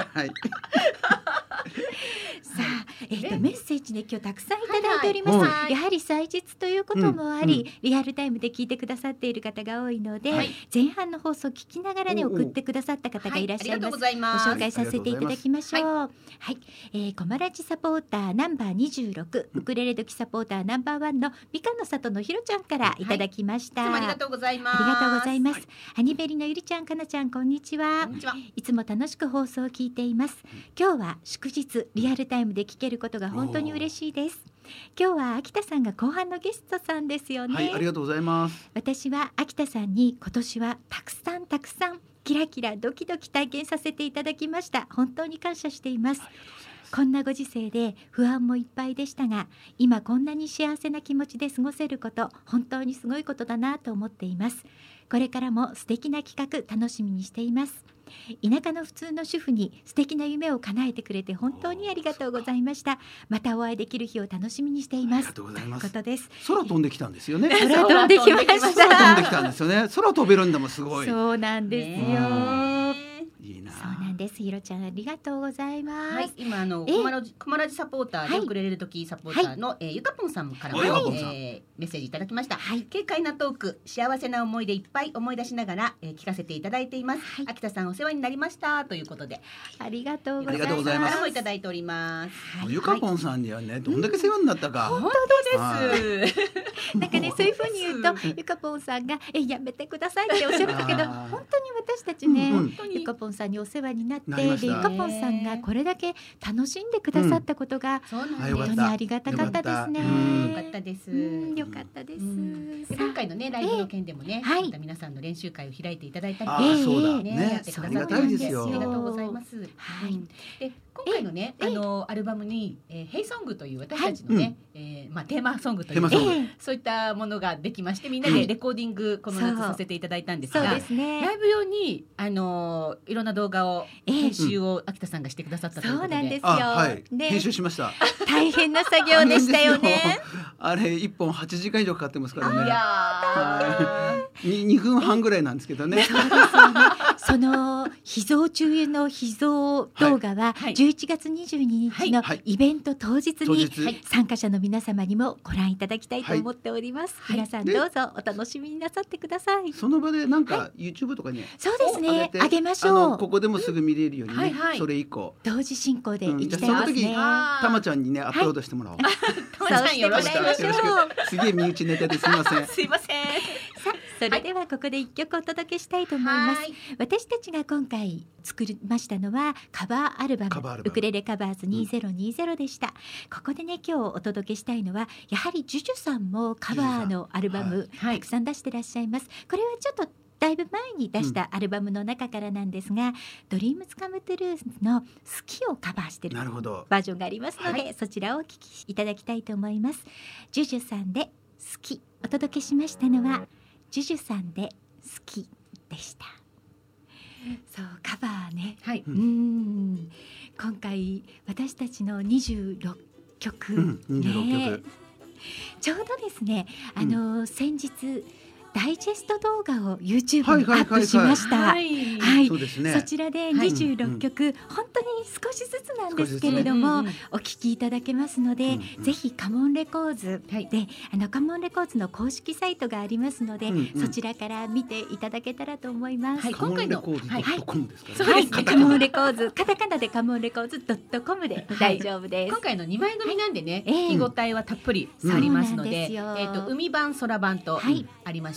さあ、えーとね、メッセージね今日たくさんいただいております、はいはい、やはり祭日ということもあり、うんうん、リアルタイムで聞いてくださっている方が多いので、はい、前半の放送を聞きながらね送ってくださった方がいらっしゃいます、はい、ご紹介させていただきましょう、はいはい、えー、コマラジサポーターナンバーにじゅうろく、ウクレレ時サポーターナンバーワンのみかんの里のひろちゃんからいただきました、 はい、いつもありがとうございます。 ありがとうございます、はい、ハニベリのゆりちゃんかなちゃんこんにちは。 こんにちは。 いつも楽しく放送を聞いています。今日は祝日リアルタイムで聞けることが本当に嬉しいです。今日は秋田さんが後半のゲストさんですよね。 はい、ありがとうございます。 私は秋田さんに今年はたくさんたくさんキラキラドキドキ体験させていただきました。本当に感謝しています。こんなご時世で不安もいっぱいでしたが、今こんなに幸せな気持ちで過ごせること本当にすごいことだなと思っています。これからも素敵な企画楽しみにしています。田舎の普通の主婦に素敵な夢を叶えてくれて本当にありがとうございました。またお会いできる日を楽しみにしています。 ありがとうございます。 ということです。 空飛んできたんですよね。 空飛んできました。 空飛んできたんですよね。空飛べるんだもすごい。 そうなんですよ。 いいな。 そうなんです。ひろちゃんありがとうございます。 はい、今あのコマラジコマラジサポーターでウクレレ時サポーターの、はい、えー、ゆかぽんさんからも、はい、えー、メッセージいただきました。はい、軽快なトーク、幸せな思い出いっぱい思い出しながら、えー、聞かせていただいています。はい、秋田さんお世話になりましたということで、 ありがとうございます。 ありがとうございます。 からもいただいております。 はい、ゆかぽんさんにはね、どんだけ世話になったか。 うん、本当です。なんかねそういう風に言うとゆかぽんさんがえやめてくださいっておっしゃるんだけど、本当に私たちね、うんうん、ゆかぽんさんにお世話になってでゆかぽんさんがこれだけ楽しんでくださったことが、うん、本当にありがたかったですね。 よかったです。 よかったです。 今回のねライブの件でもね、また皆さんの練習会を開いていただいたり、 あーそうだね、 ね、 やってくださったんですよ。ありがとうございます。 はい。 で今回のねあのアルバムに「ヘイソング」という私たちのね、えまあテーマソングというそういったものができまして、みんなでレコーディングこの夏させていただいたんですが、ライブ用にあのいろんな動画を編集を秋田さんがしてくださったということで、 そうなんですよ。 はい、編集しました。 大変な作業でしたよね。 あれいっぽんはちじかん以上かかってますからね。 いやー、にふんはんぐらいなんですけどね。 その秘蔵中の秘蔵動画はじゅういちがつにじゅうににちのイベント当日に参加者の皆様にもご覧いただきたいと思っております。皆さんどうぞお楽しみになさってください。 その場でなんか YouTube とかにそうですね、あげましょう。 ここでもすぐ見れるようにね、それ以降同時進行でいきたいですね。 その時たまちゃんにねアップロードしてもらおう。 たまちゃんよろしく。 すげえ身内ネタですいません。 すいません。 さあそれではここで一曲お届けしたいと思います。私たちが今回作りましたのはカバーアルバムウクレレカバーズにせんにじゅうでした。ここでね今日お届けしたいのはやはりジュジュさんもカバーのアルバムたくさん出してらっしゃいます。これはちょっとだいぶ前に出したアルバムの中からなんですが、うん、ドリームズカムトゥルースの好きをカバーしているバージョンがありますので、はい、そちらをお聴きいただきたいと思います。ジュジュさんで好きお届けしましたのはジュジュさんで好きでした。そうカバーね、はい、うん今回私たちのにじゅうろっきょく、うん、にじゅうろっきょくちょうどですねあの、うん、先日ダイジェスト動画を YouTube にアップしました。はい、はい、そうですね。そちらでにじゅうろっきょく、はい、本当に少しずつなんですけれども、ね、お聞きいただけますので、うんうん、ぜひカモンレコーズで、はい、あのカモンレコーズの公式サイトがありますので、うんうん、そちらから見ていただけたらと思います。はい、 今回のカモンレコーズ ドットコム ですかね。はい、カモンレコーズカタカナでカモンレコーズ ドットコム で大丈夫です。 今回のにまい組なんでね、聞き応えはたっぷりありますので、えっと海版空版とありまし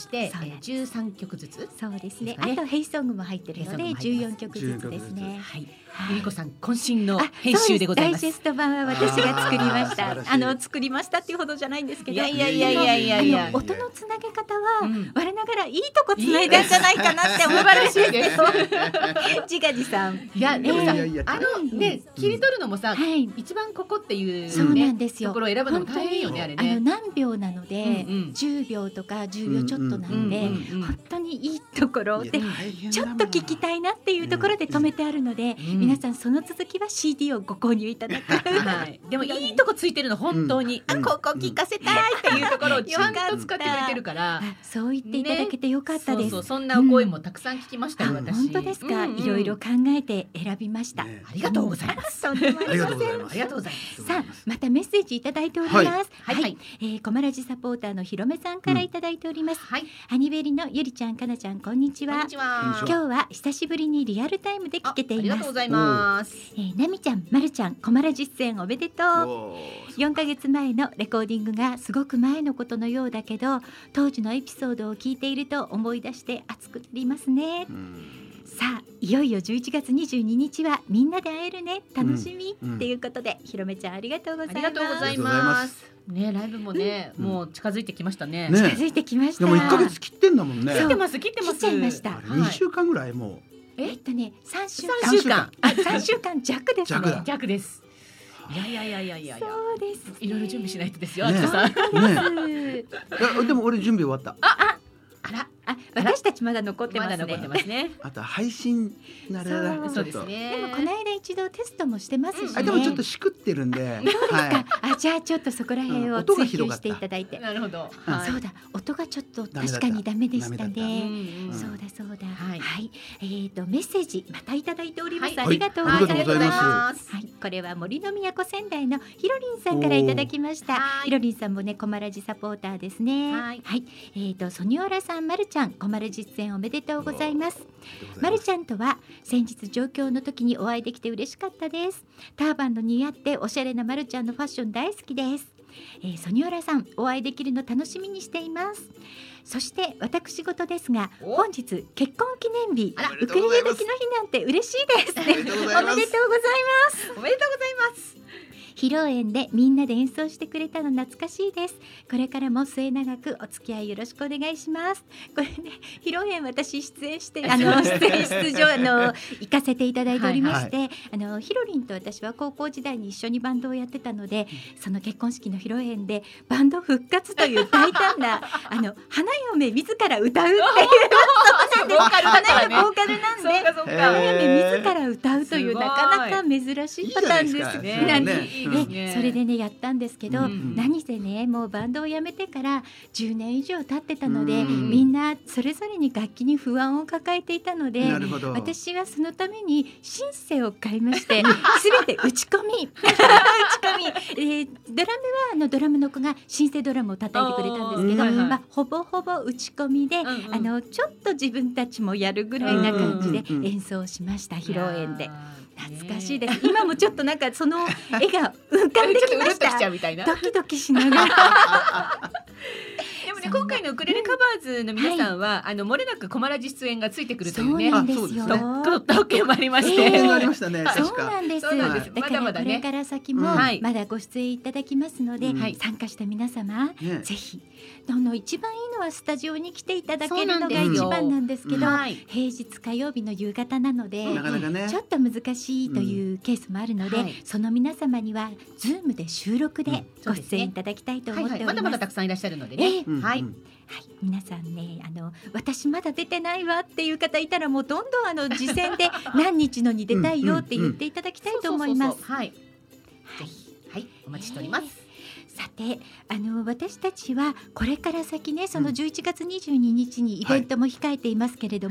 して、えー、じゅうさんきょくずつ。 そうですね。あとヘイソングも入ってるのでじゅうよんきょくずつですね。 はい。ゆりこさん渾身の編集でございます。 ダイジェスト版は私が作りました。あの作りましたっていうほどじゃないんですけど、 いやいやいやいやいやいや、 音のつなげ方は我ながらいいとこつないだんじゃないかなって思いましいです。自画自賛。 いやでもさ、あのね切り取るのもさ、一番ここっていうそうなんですよ。 ところを選ぶのも大変よねあれね。 あの何秒なのでじゅうびょうとかじゅうびょうちょっとなんで本当にいいところでちょっと聞きたいなっていうところで止めてあるので、皆さんその続きは シーディー をご購入いただく。 はい、でもいいとこついてるの本当に、うん、あここ聞かせたいっていうところをちゃんと使ってくれてるから、 そう言っていただけてよかったです。 ね、そうそう、そんなお声もたくさん聞きましたよ、うん、私。 本当ですか、うんうん、いろいろ考えて選びました。 ね、ありがとうございます。 とんでもありません。 ありがとうございます。 さあまたメッセージいただいております。はい、 はい、はい、 えー、コマラジサポーターのひろめさんからいただいております。うん、はい、ハニベリのゆりちゃん、かなちゃん、こんにちは。 こんにちは。 今日は久しぶりにリアルタイムで聞けています。 ありがとうございます。 えー、なみちゃん、まるちゃん、コマラジ出演おめでとう。よんかげつまえのレコーディングがすごく前のことのようだけど、当時のエピソードを聞いていると思い出して熱くなりますね。さあいよいよじゅういちがつにじゅうににちはみんなで会えるね、楽しみ、うん、っていうことで、ひろめちゃんありがとうございます。 ありがとうございます。ね、ライブもね、うん、もう近づいてきましたね。 ね、近づいてきました。 でもいっかげつ切ってんだもんね。 切ってます切ってます。 切っちゃいました。 あれにしゅうかんぐらいもう。 えっとねさんしゅうかん。 あさんしゅうかん弱ですね。 弱です。いやいやいやいやいや。 そうです。 いろいろ準備しないとですよ。あきとさん。 ね。でも俺準備終わった。 ああ。あら、 あ、私たちまだ残ってますね。 まだ残ってますね。 あと配信ならそうですね。 でもこの間一度テストもしてますしね。 あ、でもちょっとしくってるんで。 どうですか。あ、じゃあちょっとそこら辺を追求していただいて。 なるほど。 そうだ、音がちょっと確かにダメでしたね。そうだそうだ。はい。えっとメッセージまたいただいております。ありがとうございます。はい。これは森の都仙台のひろりんさんからいただきました。ひろりんさんもね、コマラジサポーターですね。はい。えっとソニオラさん、まるちゃん、コマラジ出演おめでとうございます。まるちゃんとは先日上京の時にお会いできて嬉しかったです。ターバンの似合っておしゃれなまるちゃんのファッション大好きです。えー、ソニオラさんお会いできるの楽しみにしています。そして私事ですが、本日結婚記念日、ウクレレ時の日なんて嬉しいですね。おめでとうございます。おめでとうございます。披露宴でみんなで演奏してくれたの懐かしいです。これからも末永くお付き合いよろしくお願いします。これね、披露宴私出演してあの出演出場あの行かせていただいておりまして、はいはい、あのひろりんと私は高校時代に一緒にバンドをやってたので、その結婚式の披露宴でバンド復活という大胆なあの花嫁自ら歌うっていうそうなんです。花嫁ボーカルなんで花嫁自ら歌うというなかなか珍しいパターンですね。でそれでねやったんですけど、うん、何せねもうバンドを辞めてからじゅうねん以上経ってたので、うん、みんなそれぞれに楽器に不安を抱えていたので、私はそのためにシンセを買いましてすべて打ち込み打ち込み、えー、ドラムはあのドラムの子がシンセドラムを叩いてくれたんですけど、はいはい、まあ、ほぼほぼ打ち込みで、うんうん、あのちょっと自分たちもやるぐらいな感じで演奏しました、披露宴で。懐かしいです。今もちょっとなんかその絵が浮かんできました。ドキドキしながら。 でもね、今回のウクレレカバーズの皆さんは、はい、あの漏れなくコマラジ出演がついてくるというね。 そうなんですよ。 特権もありまして。 えー、ありましたね。 そうなんです。 そうなんです。 だからこれから先もまだご出演いただきますので、うん、参加した皆様、ね、ぜひあの一番いいのはスタジオに来ていただけるのが一番なんですけど、うん、平日火曜日の夕方なので、なかなかね、ちょっと難しいというケースもあるので、うん、はい、その皆様にはズームで収録でご出演いただきたいと思っております。 まだまだたくさんいらっしゃるのでね。 えー、はい。はい、皆さんね、あの私まだ出てないわっていう方いたらもうどんどんあの次戦で何日のに出たいよって言っていただきたいと思います。 はい。ぜひ、はい、お待ちしております。 えー、さて、あの私たちはこれから先ね、そのじゅういちがつにじゅうににちにイベントも控えていますけれども、うん、はい、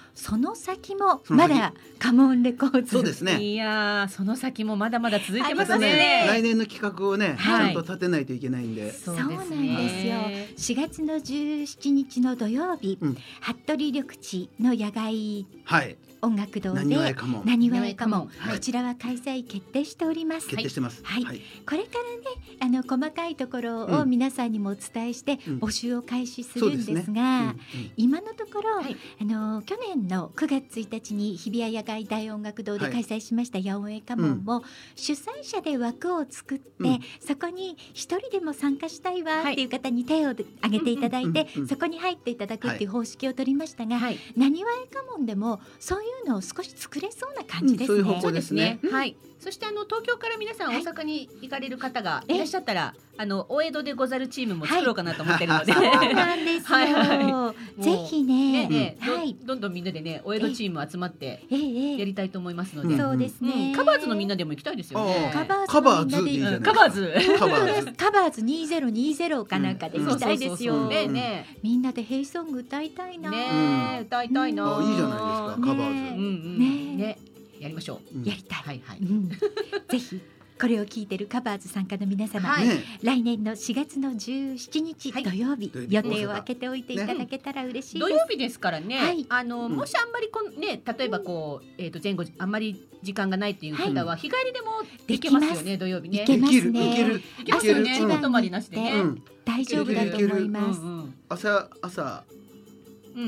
その先もまだカモンレコーズ。 そうですね。 いやその先もまだまだ続いてますね。 来年の企画をね、ちゃんと立てないといけないんで。 そうなんですよ。しがつのじゅうしちにちの土曜日、服部緑地の野外音楽堂でなにわえかもん、 なにわえかもん、こちらは開催決定しております。 決定してます。 はい。これからね、あの細かいところを皆さんにもお伝えして募集を開始するんですが、今のところあの去年のくがつついたちに日比谷野外大音楽堂で開催しました八百屋家紋も主催者で枠を作って、うん、そこに一人でも参加したいわっていう方に手を挙げていただいて、そこに入っていただくっていう方式を取りましたが、なにわえ家紋でもそういうのを少し作れそうな感じですね。 うん、そういう方向ですね。 はい。そしてあの東京から皆さん大阪に行かれる方がいらっしゃったら、はい、あの大江戸でござるチームも作ろうかなと思ってるので、 はい、そうなんですよ。はいはい、ぜひね、 ねね、はい、ど, どんどんみんなでね大江戸チーム集まってやりたいと思いますので、 そうですね、 うん、カバーズのみんなでも行きたいですよね。 カバーズのみんなで、 カバーズカバーズカバーズにせんにじゅうかなんかで行きたいですよ。 ねね、 みんなでヘイソング歌いたいな。 ね、歌いたいな。 いいじゃないですか、カバーズ。 ねね。やりましょう。やりたい。 はいはい。 ぜひこれを聞いてるカバーズ参加の皆様、はい、来年のしがつのじゅうしちにち土曜日、はい、予定を空けておいていただけたら嬉しいです。 土曜日ですからね。はい、あの、うん、もしあんまりこんね、例えばこう、えっと前後あんまり時間がないっていう方は日帰りでもできますよね、土曜日ね。 いけますね。 いけるいけますよね。お泊まりなしでね。 大丈夫だと思います。 朝朝。 うん、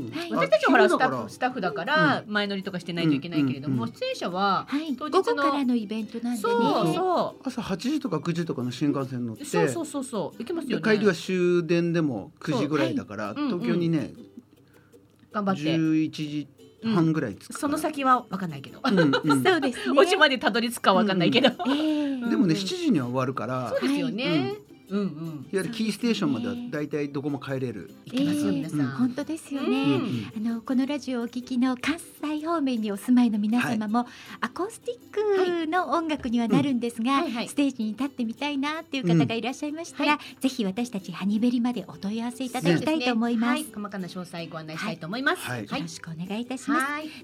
私たちはほらスタッフスタッフだから前乗りとかしてないといけないけれども、出演者は当日の午後からのイベントなんでね。 そうそう。 朝はちじとかくじとかの新幹線乗って、 そうそうそうそう行けますよね。 帰りは終電でもくじぐらいだから東京にね頑張ってじゅういちじはんぐらい着く。 その先は分かんないけど。 そうですね。 お家までたどり着くか分かんないけど。 でもねしちじには終わるから。 そうですよね。うんうん、 いわゆるキーステーションまではだいたいどこも帰れる。 行きますよ皆さん。 本当ですよね。あのこのラジオをお聞きの関西方面にお住まいの皆様もアコースティックの音楽にはなるんですが、ステージに立ってみたいなっていう方がいらっしゃいましたら、ぜひ私たちハニベリまでお問い合わせいただきたいと思います。 細かな詳細ご案内したいと思います。 よろしくお願いいたします。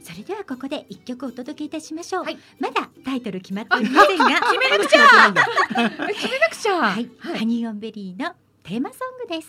それではここで一曲お届けいたしましょう。まだタイトル決まっていませんが、 決めなくちゃ。決めなくちゃ。 はい、ハニーオンベリーのテーマソングです。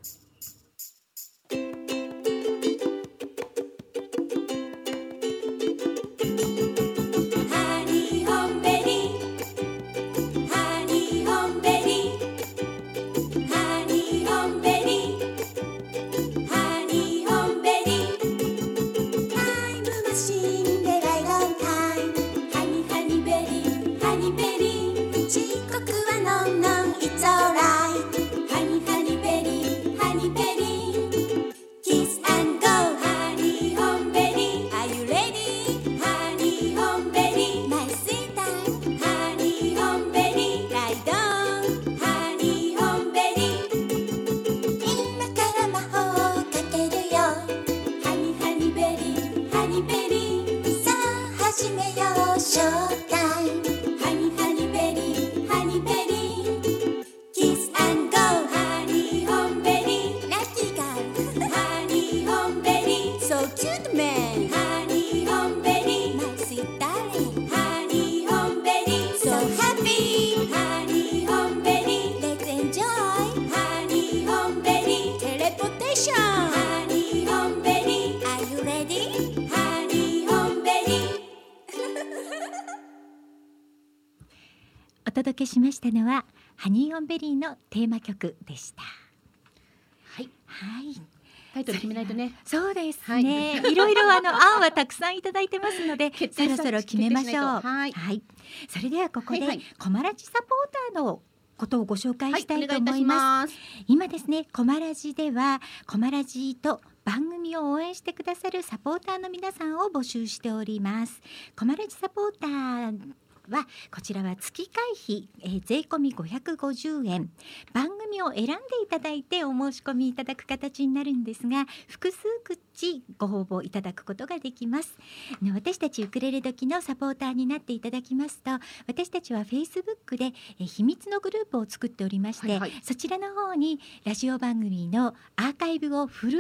お届けしましたのはハニーオンベリーのテーマ曲でした。 はい、はい、タイトル決めないとね。 そうですね、はい、いろいろあの案はたくさんいただいてますのでそろそろ決めましょう。はい、はい、それではここで、はいはい、コマラジサポーターのことをご紹介したいと思います。はい、今ですねコマラジではコマラジと番組を応援してくださるサポーターの皆さんを募集しております。コマラジサポーターはこちらは月会費、えー、税込みごひゃくごじゅうえん、番組を選んでいただいてお申し込みいただく形になるんですが、複数口ご応募いただくことができます。私たちウクレレ時のサポーターになっていただきますと、私たちは Facebook で、えー、秘密のグループを作っておりまして、はいはい、そちらの方にラジオ番組のアーカイブをフル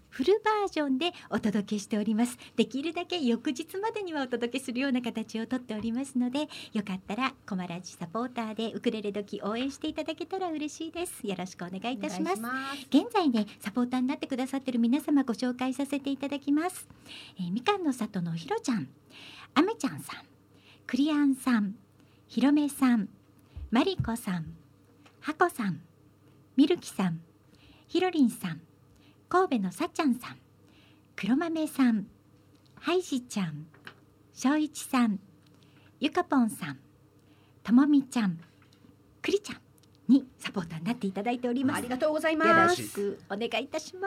フルバージョンでお届けしております。できるだけ翌日までにはお届けするような形をとっておりますので、よかったらコマラジサポーターでウクレレ時応援していただけたら嬉しいです。よろしくお願いいたします。現在ねサポーターになってくださっている皆様ご紹介させていただきます。えー、みかんの里のひろちゃん、あめちゃんさん、クリアンさん、ひろめさん、まりこさん、はこさん、みるきさん、ひろりんさん、神戸のさっちゃんさん、黒豆さん、はいじちゃん、しょういちさん、ゆかぽんさん、ともみちゃん、くりちゃんにサポーターになっていただいております。 ありがとうございます。 よろしくお願いいたします。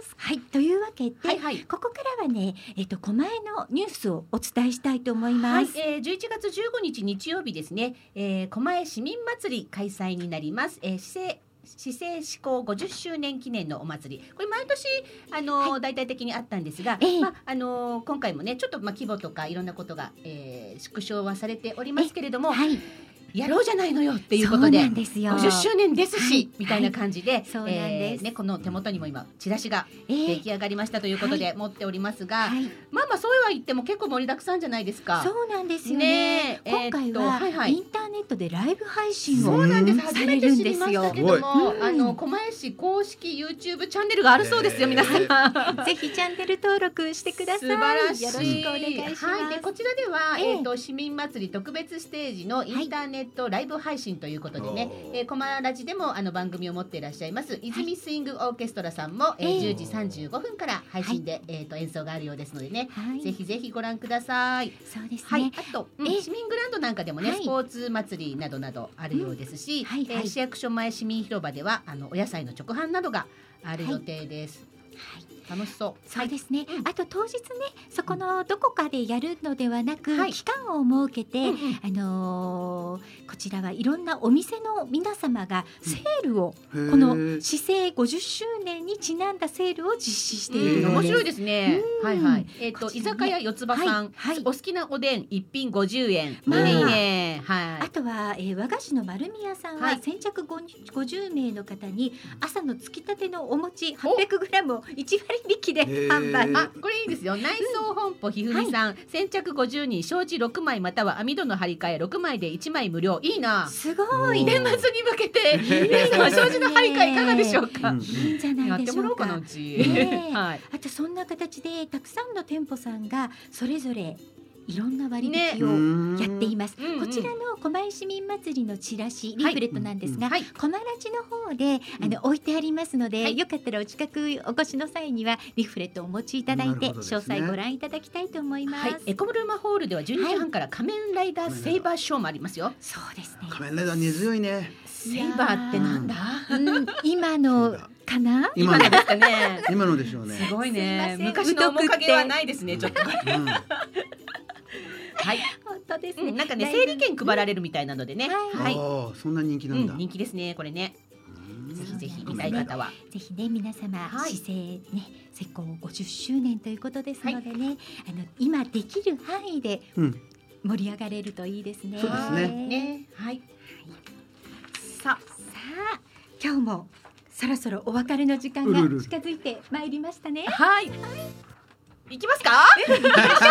はい、というわけで、はいはい、ここからはね、えっと狛江のニュースをお伝えしたいと思います。 はい、えー、じゅういちがつじゅうごにち日曜日ですね、えー、狛江市民祭り開催になります。えー、市政市政施行ごじゅっしゅうねん記念のお祭り、これ毎年あの、はい、大々的にあったんですが、えーまあ、あの今回もねちょっとまあ規模とかいろんなことが、えー、縮小はされておりますけれども、はい、やろうじゃないのよっていうことで、ごじゅっしゅうねんですし、はい、みたいな感じで、そうなんです、えーね、この手元にも今チラシが出来上がりましたということで持っておりますが、はい、まあまあそうは言っても結構盛りだくさんじゃないですか。 そうなんですよね。ね、今回は、はいはい、インターネットでライブ配信をそうなんです。初めて知りましたけども、あの狛江市公式 YouTube チャンネルがあるそうですよ、皆さん。 ぜひチャンネル登録してください。 素晴らしい。 よろしくお願いします。 はい、でこちらでは、えー、と市民祭り特別ステージのインターネットライブ配信ということでね、えー、コマラジでもあの番組を持っていらっしゃいます泉スイングオーケストラさんも、えー、じゅうじさんじゅうごふんから配信で、はい、えー、と演奏があるようですのでね、はい、ぜひぜひご覧ください。 そうですね。 はい、あと、うん、市民グランドなんかでもね、はい、スポーツ祭りなどなどあるようですし、うん、はいはい、えー、市役所前市民広場ではあのお野菜の直販などがある予定です。はい、楽しそう。 そうですね、はい、あと当日ねそこのどこかでやるのではなく、はい、期間を設けて、うんうん、あのー、こちらはいろんなお店の皆様がセールを、うん、この市政ごじゅっしゅうねんにちなんだセールを実施しているのです。 面白いですね。はいはい。えっ、ー、と、ね、居酒屋四つ葉さん、はいはい、お好きなおでん一品ごじゅうえん、まあ、いいね。はい。 あとは、えー、和菓子の丸宮さんは、はい、先着ごじゅうめいの方に朝のつきたてのお餅はっぴゃくグラムをいちわり引きで販売。 あ、これいいですよ。内装本舗ひふみさん、はい、先着ごじゅうにん障子ろくまいまたは網戸の張り替えろくまいでいちまい無料。いいな。 すごい。 年末に向けて皆様障子の張り替えいかがでしょうか。 いいんじゃないでしょうか。やってもらおうかなうち。 ね、はい。あとそんな形でたくさんの店舗さんがそれぞれいろんな割引をやっています、ね、こちらの狛江市民祭りのチラシリーフレットなんですが、はい、コマラジの方であの置いてありますので、はい、よかったらお近くお越しの際にはリーフレットをお持ちいただいて、ね、詳細ご覧いただきたいと思います、はい、 エコルーマホールではじゅうにじはんから仮面ライダーセイバーショーもありますよ。 そうですね。 仮面ライダー根強いね。 セイバーってなんだ、 うん、今のかな今のですかね。 今のでしょうね。 すごいね。昔の面影はないですね。ちょっと、うんはい、 本当ですね、うん、 なんかね整理券配られるみたいなのでね、 はい、はい、そんな人気なんだ、 うん、人気ですねこれね。ぜひぜひ見たい方は、 ぜひね皆様、はい、市政ね施行ごじゅっしゅうねんということですのでね、はい、あの今できる範囲で盛り上がれるといいですね、うん、 そうですね、ね、 はい、はい、 さあさあ今日もそろそろお別れの時間が近づいてまいりましたね。 はい、行きますか？行くよ、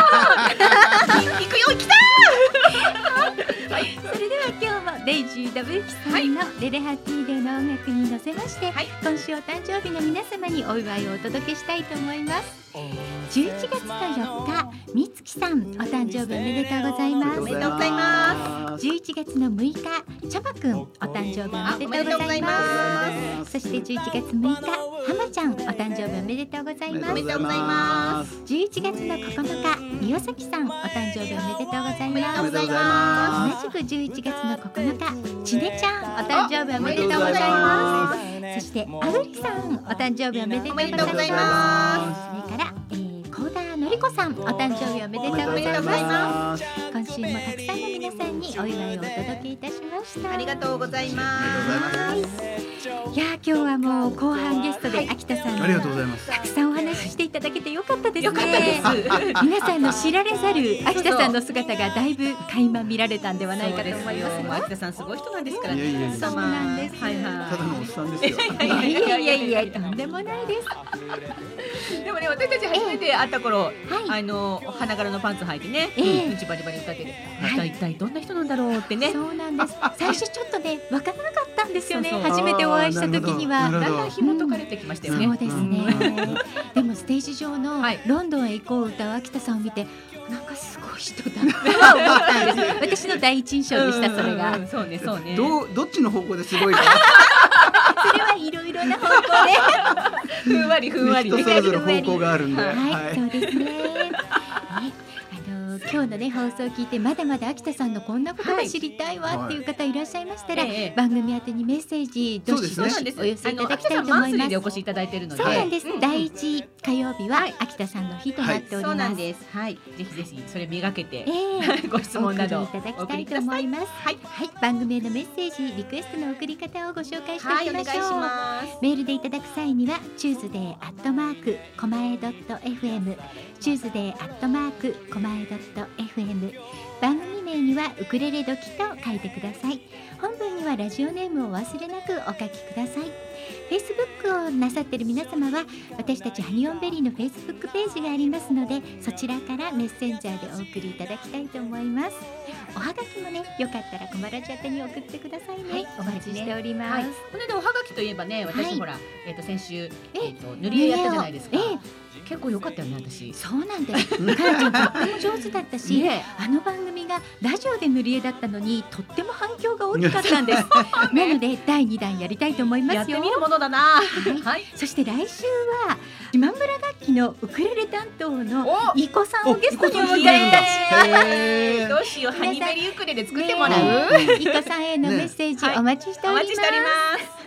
行きたー。 はい、それでは今日もレイジーダブユキさんのレレハッピーデーの音楽に乗せまして、はい、今週お誕生日の皆様にお祝いをお届けしたいと思います。じゅういちがつのよっか、みつきさんお誕生日おめでとうございます。 おめでとうございます。 じゅういちがつのむいか、ちゃまくんお誕生日おめでとうございます。そしてじゅういちがつむいか、はまちゃんお誕生日おめでとうございます。 おめでとうございます。 じゅういちがつのここのか、宮崎さんお誕生日おめでとうございます。 おめでとうございます。 同じくじゅういちがつのここのか、ちねちゃんお誕生日おめでとうございます。そしてあぐりさんお誕生日おめでとうございます。それから、えーのりこさんお誕生日おめでとうございます。今週もたくさんの皆さんにお祝いをお届けいたしました。 ありがとうございます。 いや今日はもう後半ゲストで秋田さんありがとうございます。 たくさんお話話していただけてよかったですね。 よかったです皆さんの知られざる秋田さんの姿がだいぶ垣間見られたんではないかと思いますよ。 秋田さんすごい人なんですからね。 いやいやいやそうなんです。 はいはい。 ただのおっさんですよ。 いやいやいやいや、とんでもないです。 でもね、私たち初めて会った頃、 ええ、はい、 あの花柄のパンツ履いてね、 ええ、 うんちバリバリ歌ってて、 はい、 一体どんな人なんだろうってね。 そうなんです。最初ちょっとね分からなかったんですよね。 そうそう、 初めてお会いした時にはだんだん紐解かれてきましたよね。 そうですね。でもステージ上のロンドンへ行こう歌う秋田さんを見て、なんかすごい人だなと思ったんです。私の第一印象でした。それが、 うんうん、そうねそうね。 どうどっちの方向ですごいか。 それはいろいろな方向でふんわりふんわり、 人それぞれ方向があるんで、 はい、 はい、 そうですね。今日のね放送を聞いてまだまだ秋田さんのこんなことが知りたいわっていう方いらっしゃいましたら、はい、番組宛てにメッセージどしどしお寄せいただきたいと思います。 マンスリーでお越しいただいているので、 そうなんです、 はい、 だいいち火曜日は秋田さんの日となっております。はい、 そうなんです。はい、ぜひぜひそれめがけて、 えー、 ご質問などお送りいただきたいと思います。 はい、 はい、番組へのメッセージリクエストの送り方をご紹介していきましょう。 はい、お願いします。 メールでいただく際にはチューズデーアットマークコマエドット エフエム チューズデーアットマークコマエドット エフエム、番組名にはウクレレドキと書いてください。本文にはラジオネームを忘れなくお書きください。Facebook をなさっている皆様は私たちハニオンベリーの Facebook ページがありますので、そちらからメッセンジャーでお送りいただきたいと思います。おはがきもね、よかったらコマラジ宛てに送ってくださいね。はい、お待ちしております。はい、 これでおはがきといえばね、私、はい、ほら、えー、と先週、えー、と塗り絵やったじゃないですか。ええ、結構良かったよね、私。 そうなんです。かなちゃんとっても上手だったし、ね、あの番組がラジオで塗り絵だったのにとっても反響が大きかったんです。なのでだいにだんやりたいと思いますよ。 やってみるものだな。はいはい、そして来週は島村楽器のウクレレ担当のいこさんをゲストにお迎えいたします。 どうしよう、ハニベリウクレレ作ってもらう。 いこさんへのメッセージお待ちしております。 お待ちしております。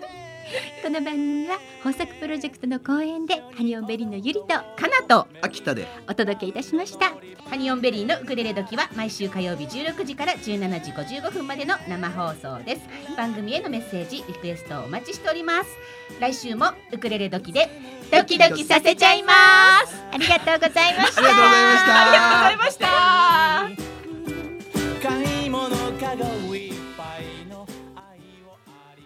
この番組は豊作プロジェクトの公演でハニオンベリーのゆりとかなと秋田でお届けいたしました。 ハニオンベリーのウクレレ時は毎週火曜日じゅうろくじからじゅうしちじごじゅうごふんまでの生放送です。番組へのメッセージリクエストをお待ちしております。来週もウクレレ時でドキドキさせちゃいます。ありがとうございました。 ありがとうございました。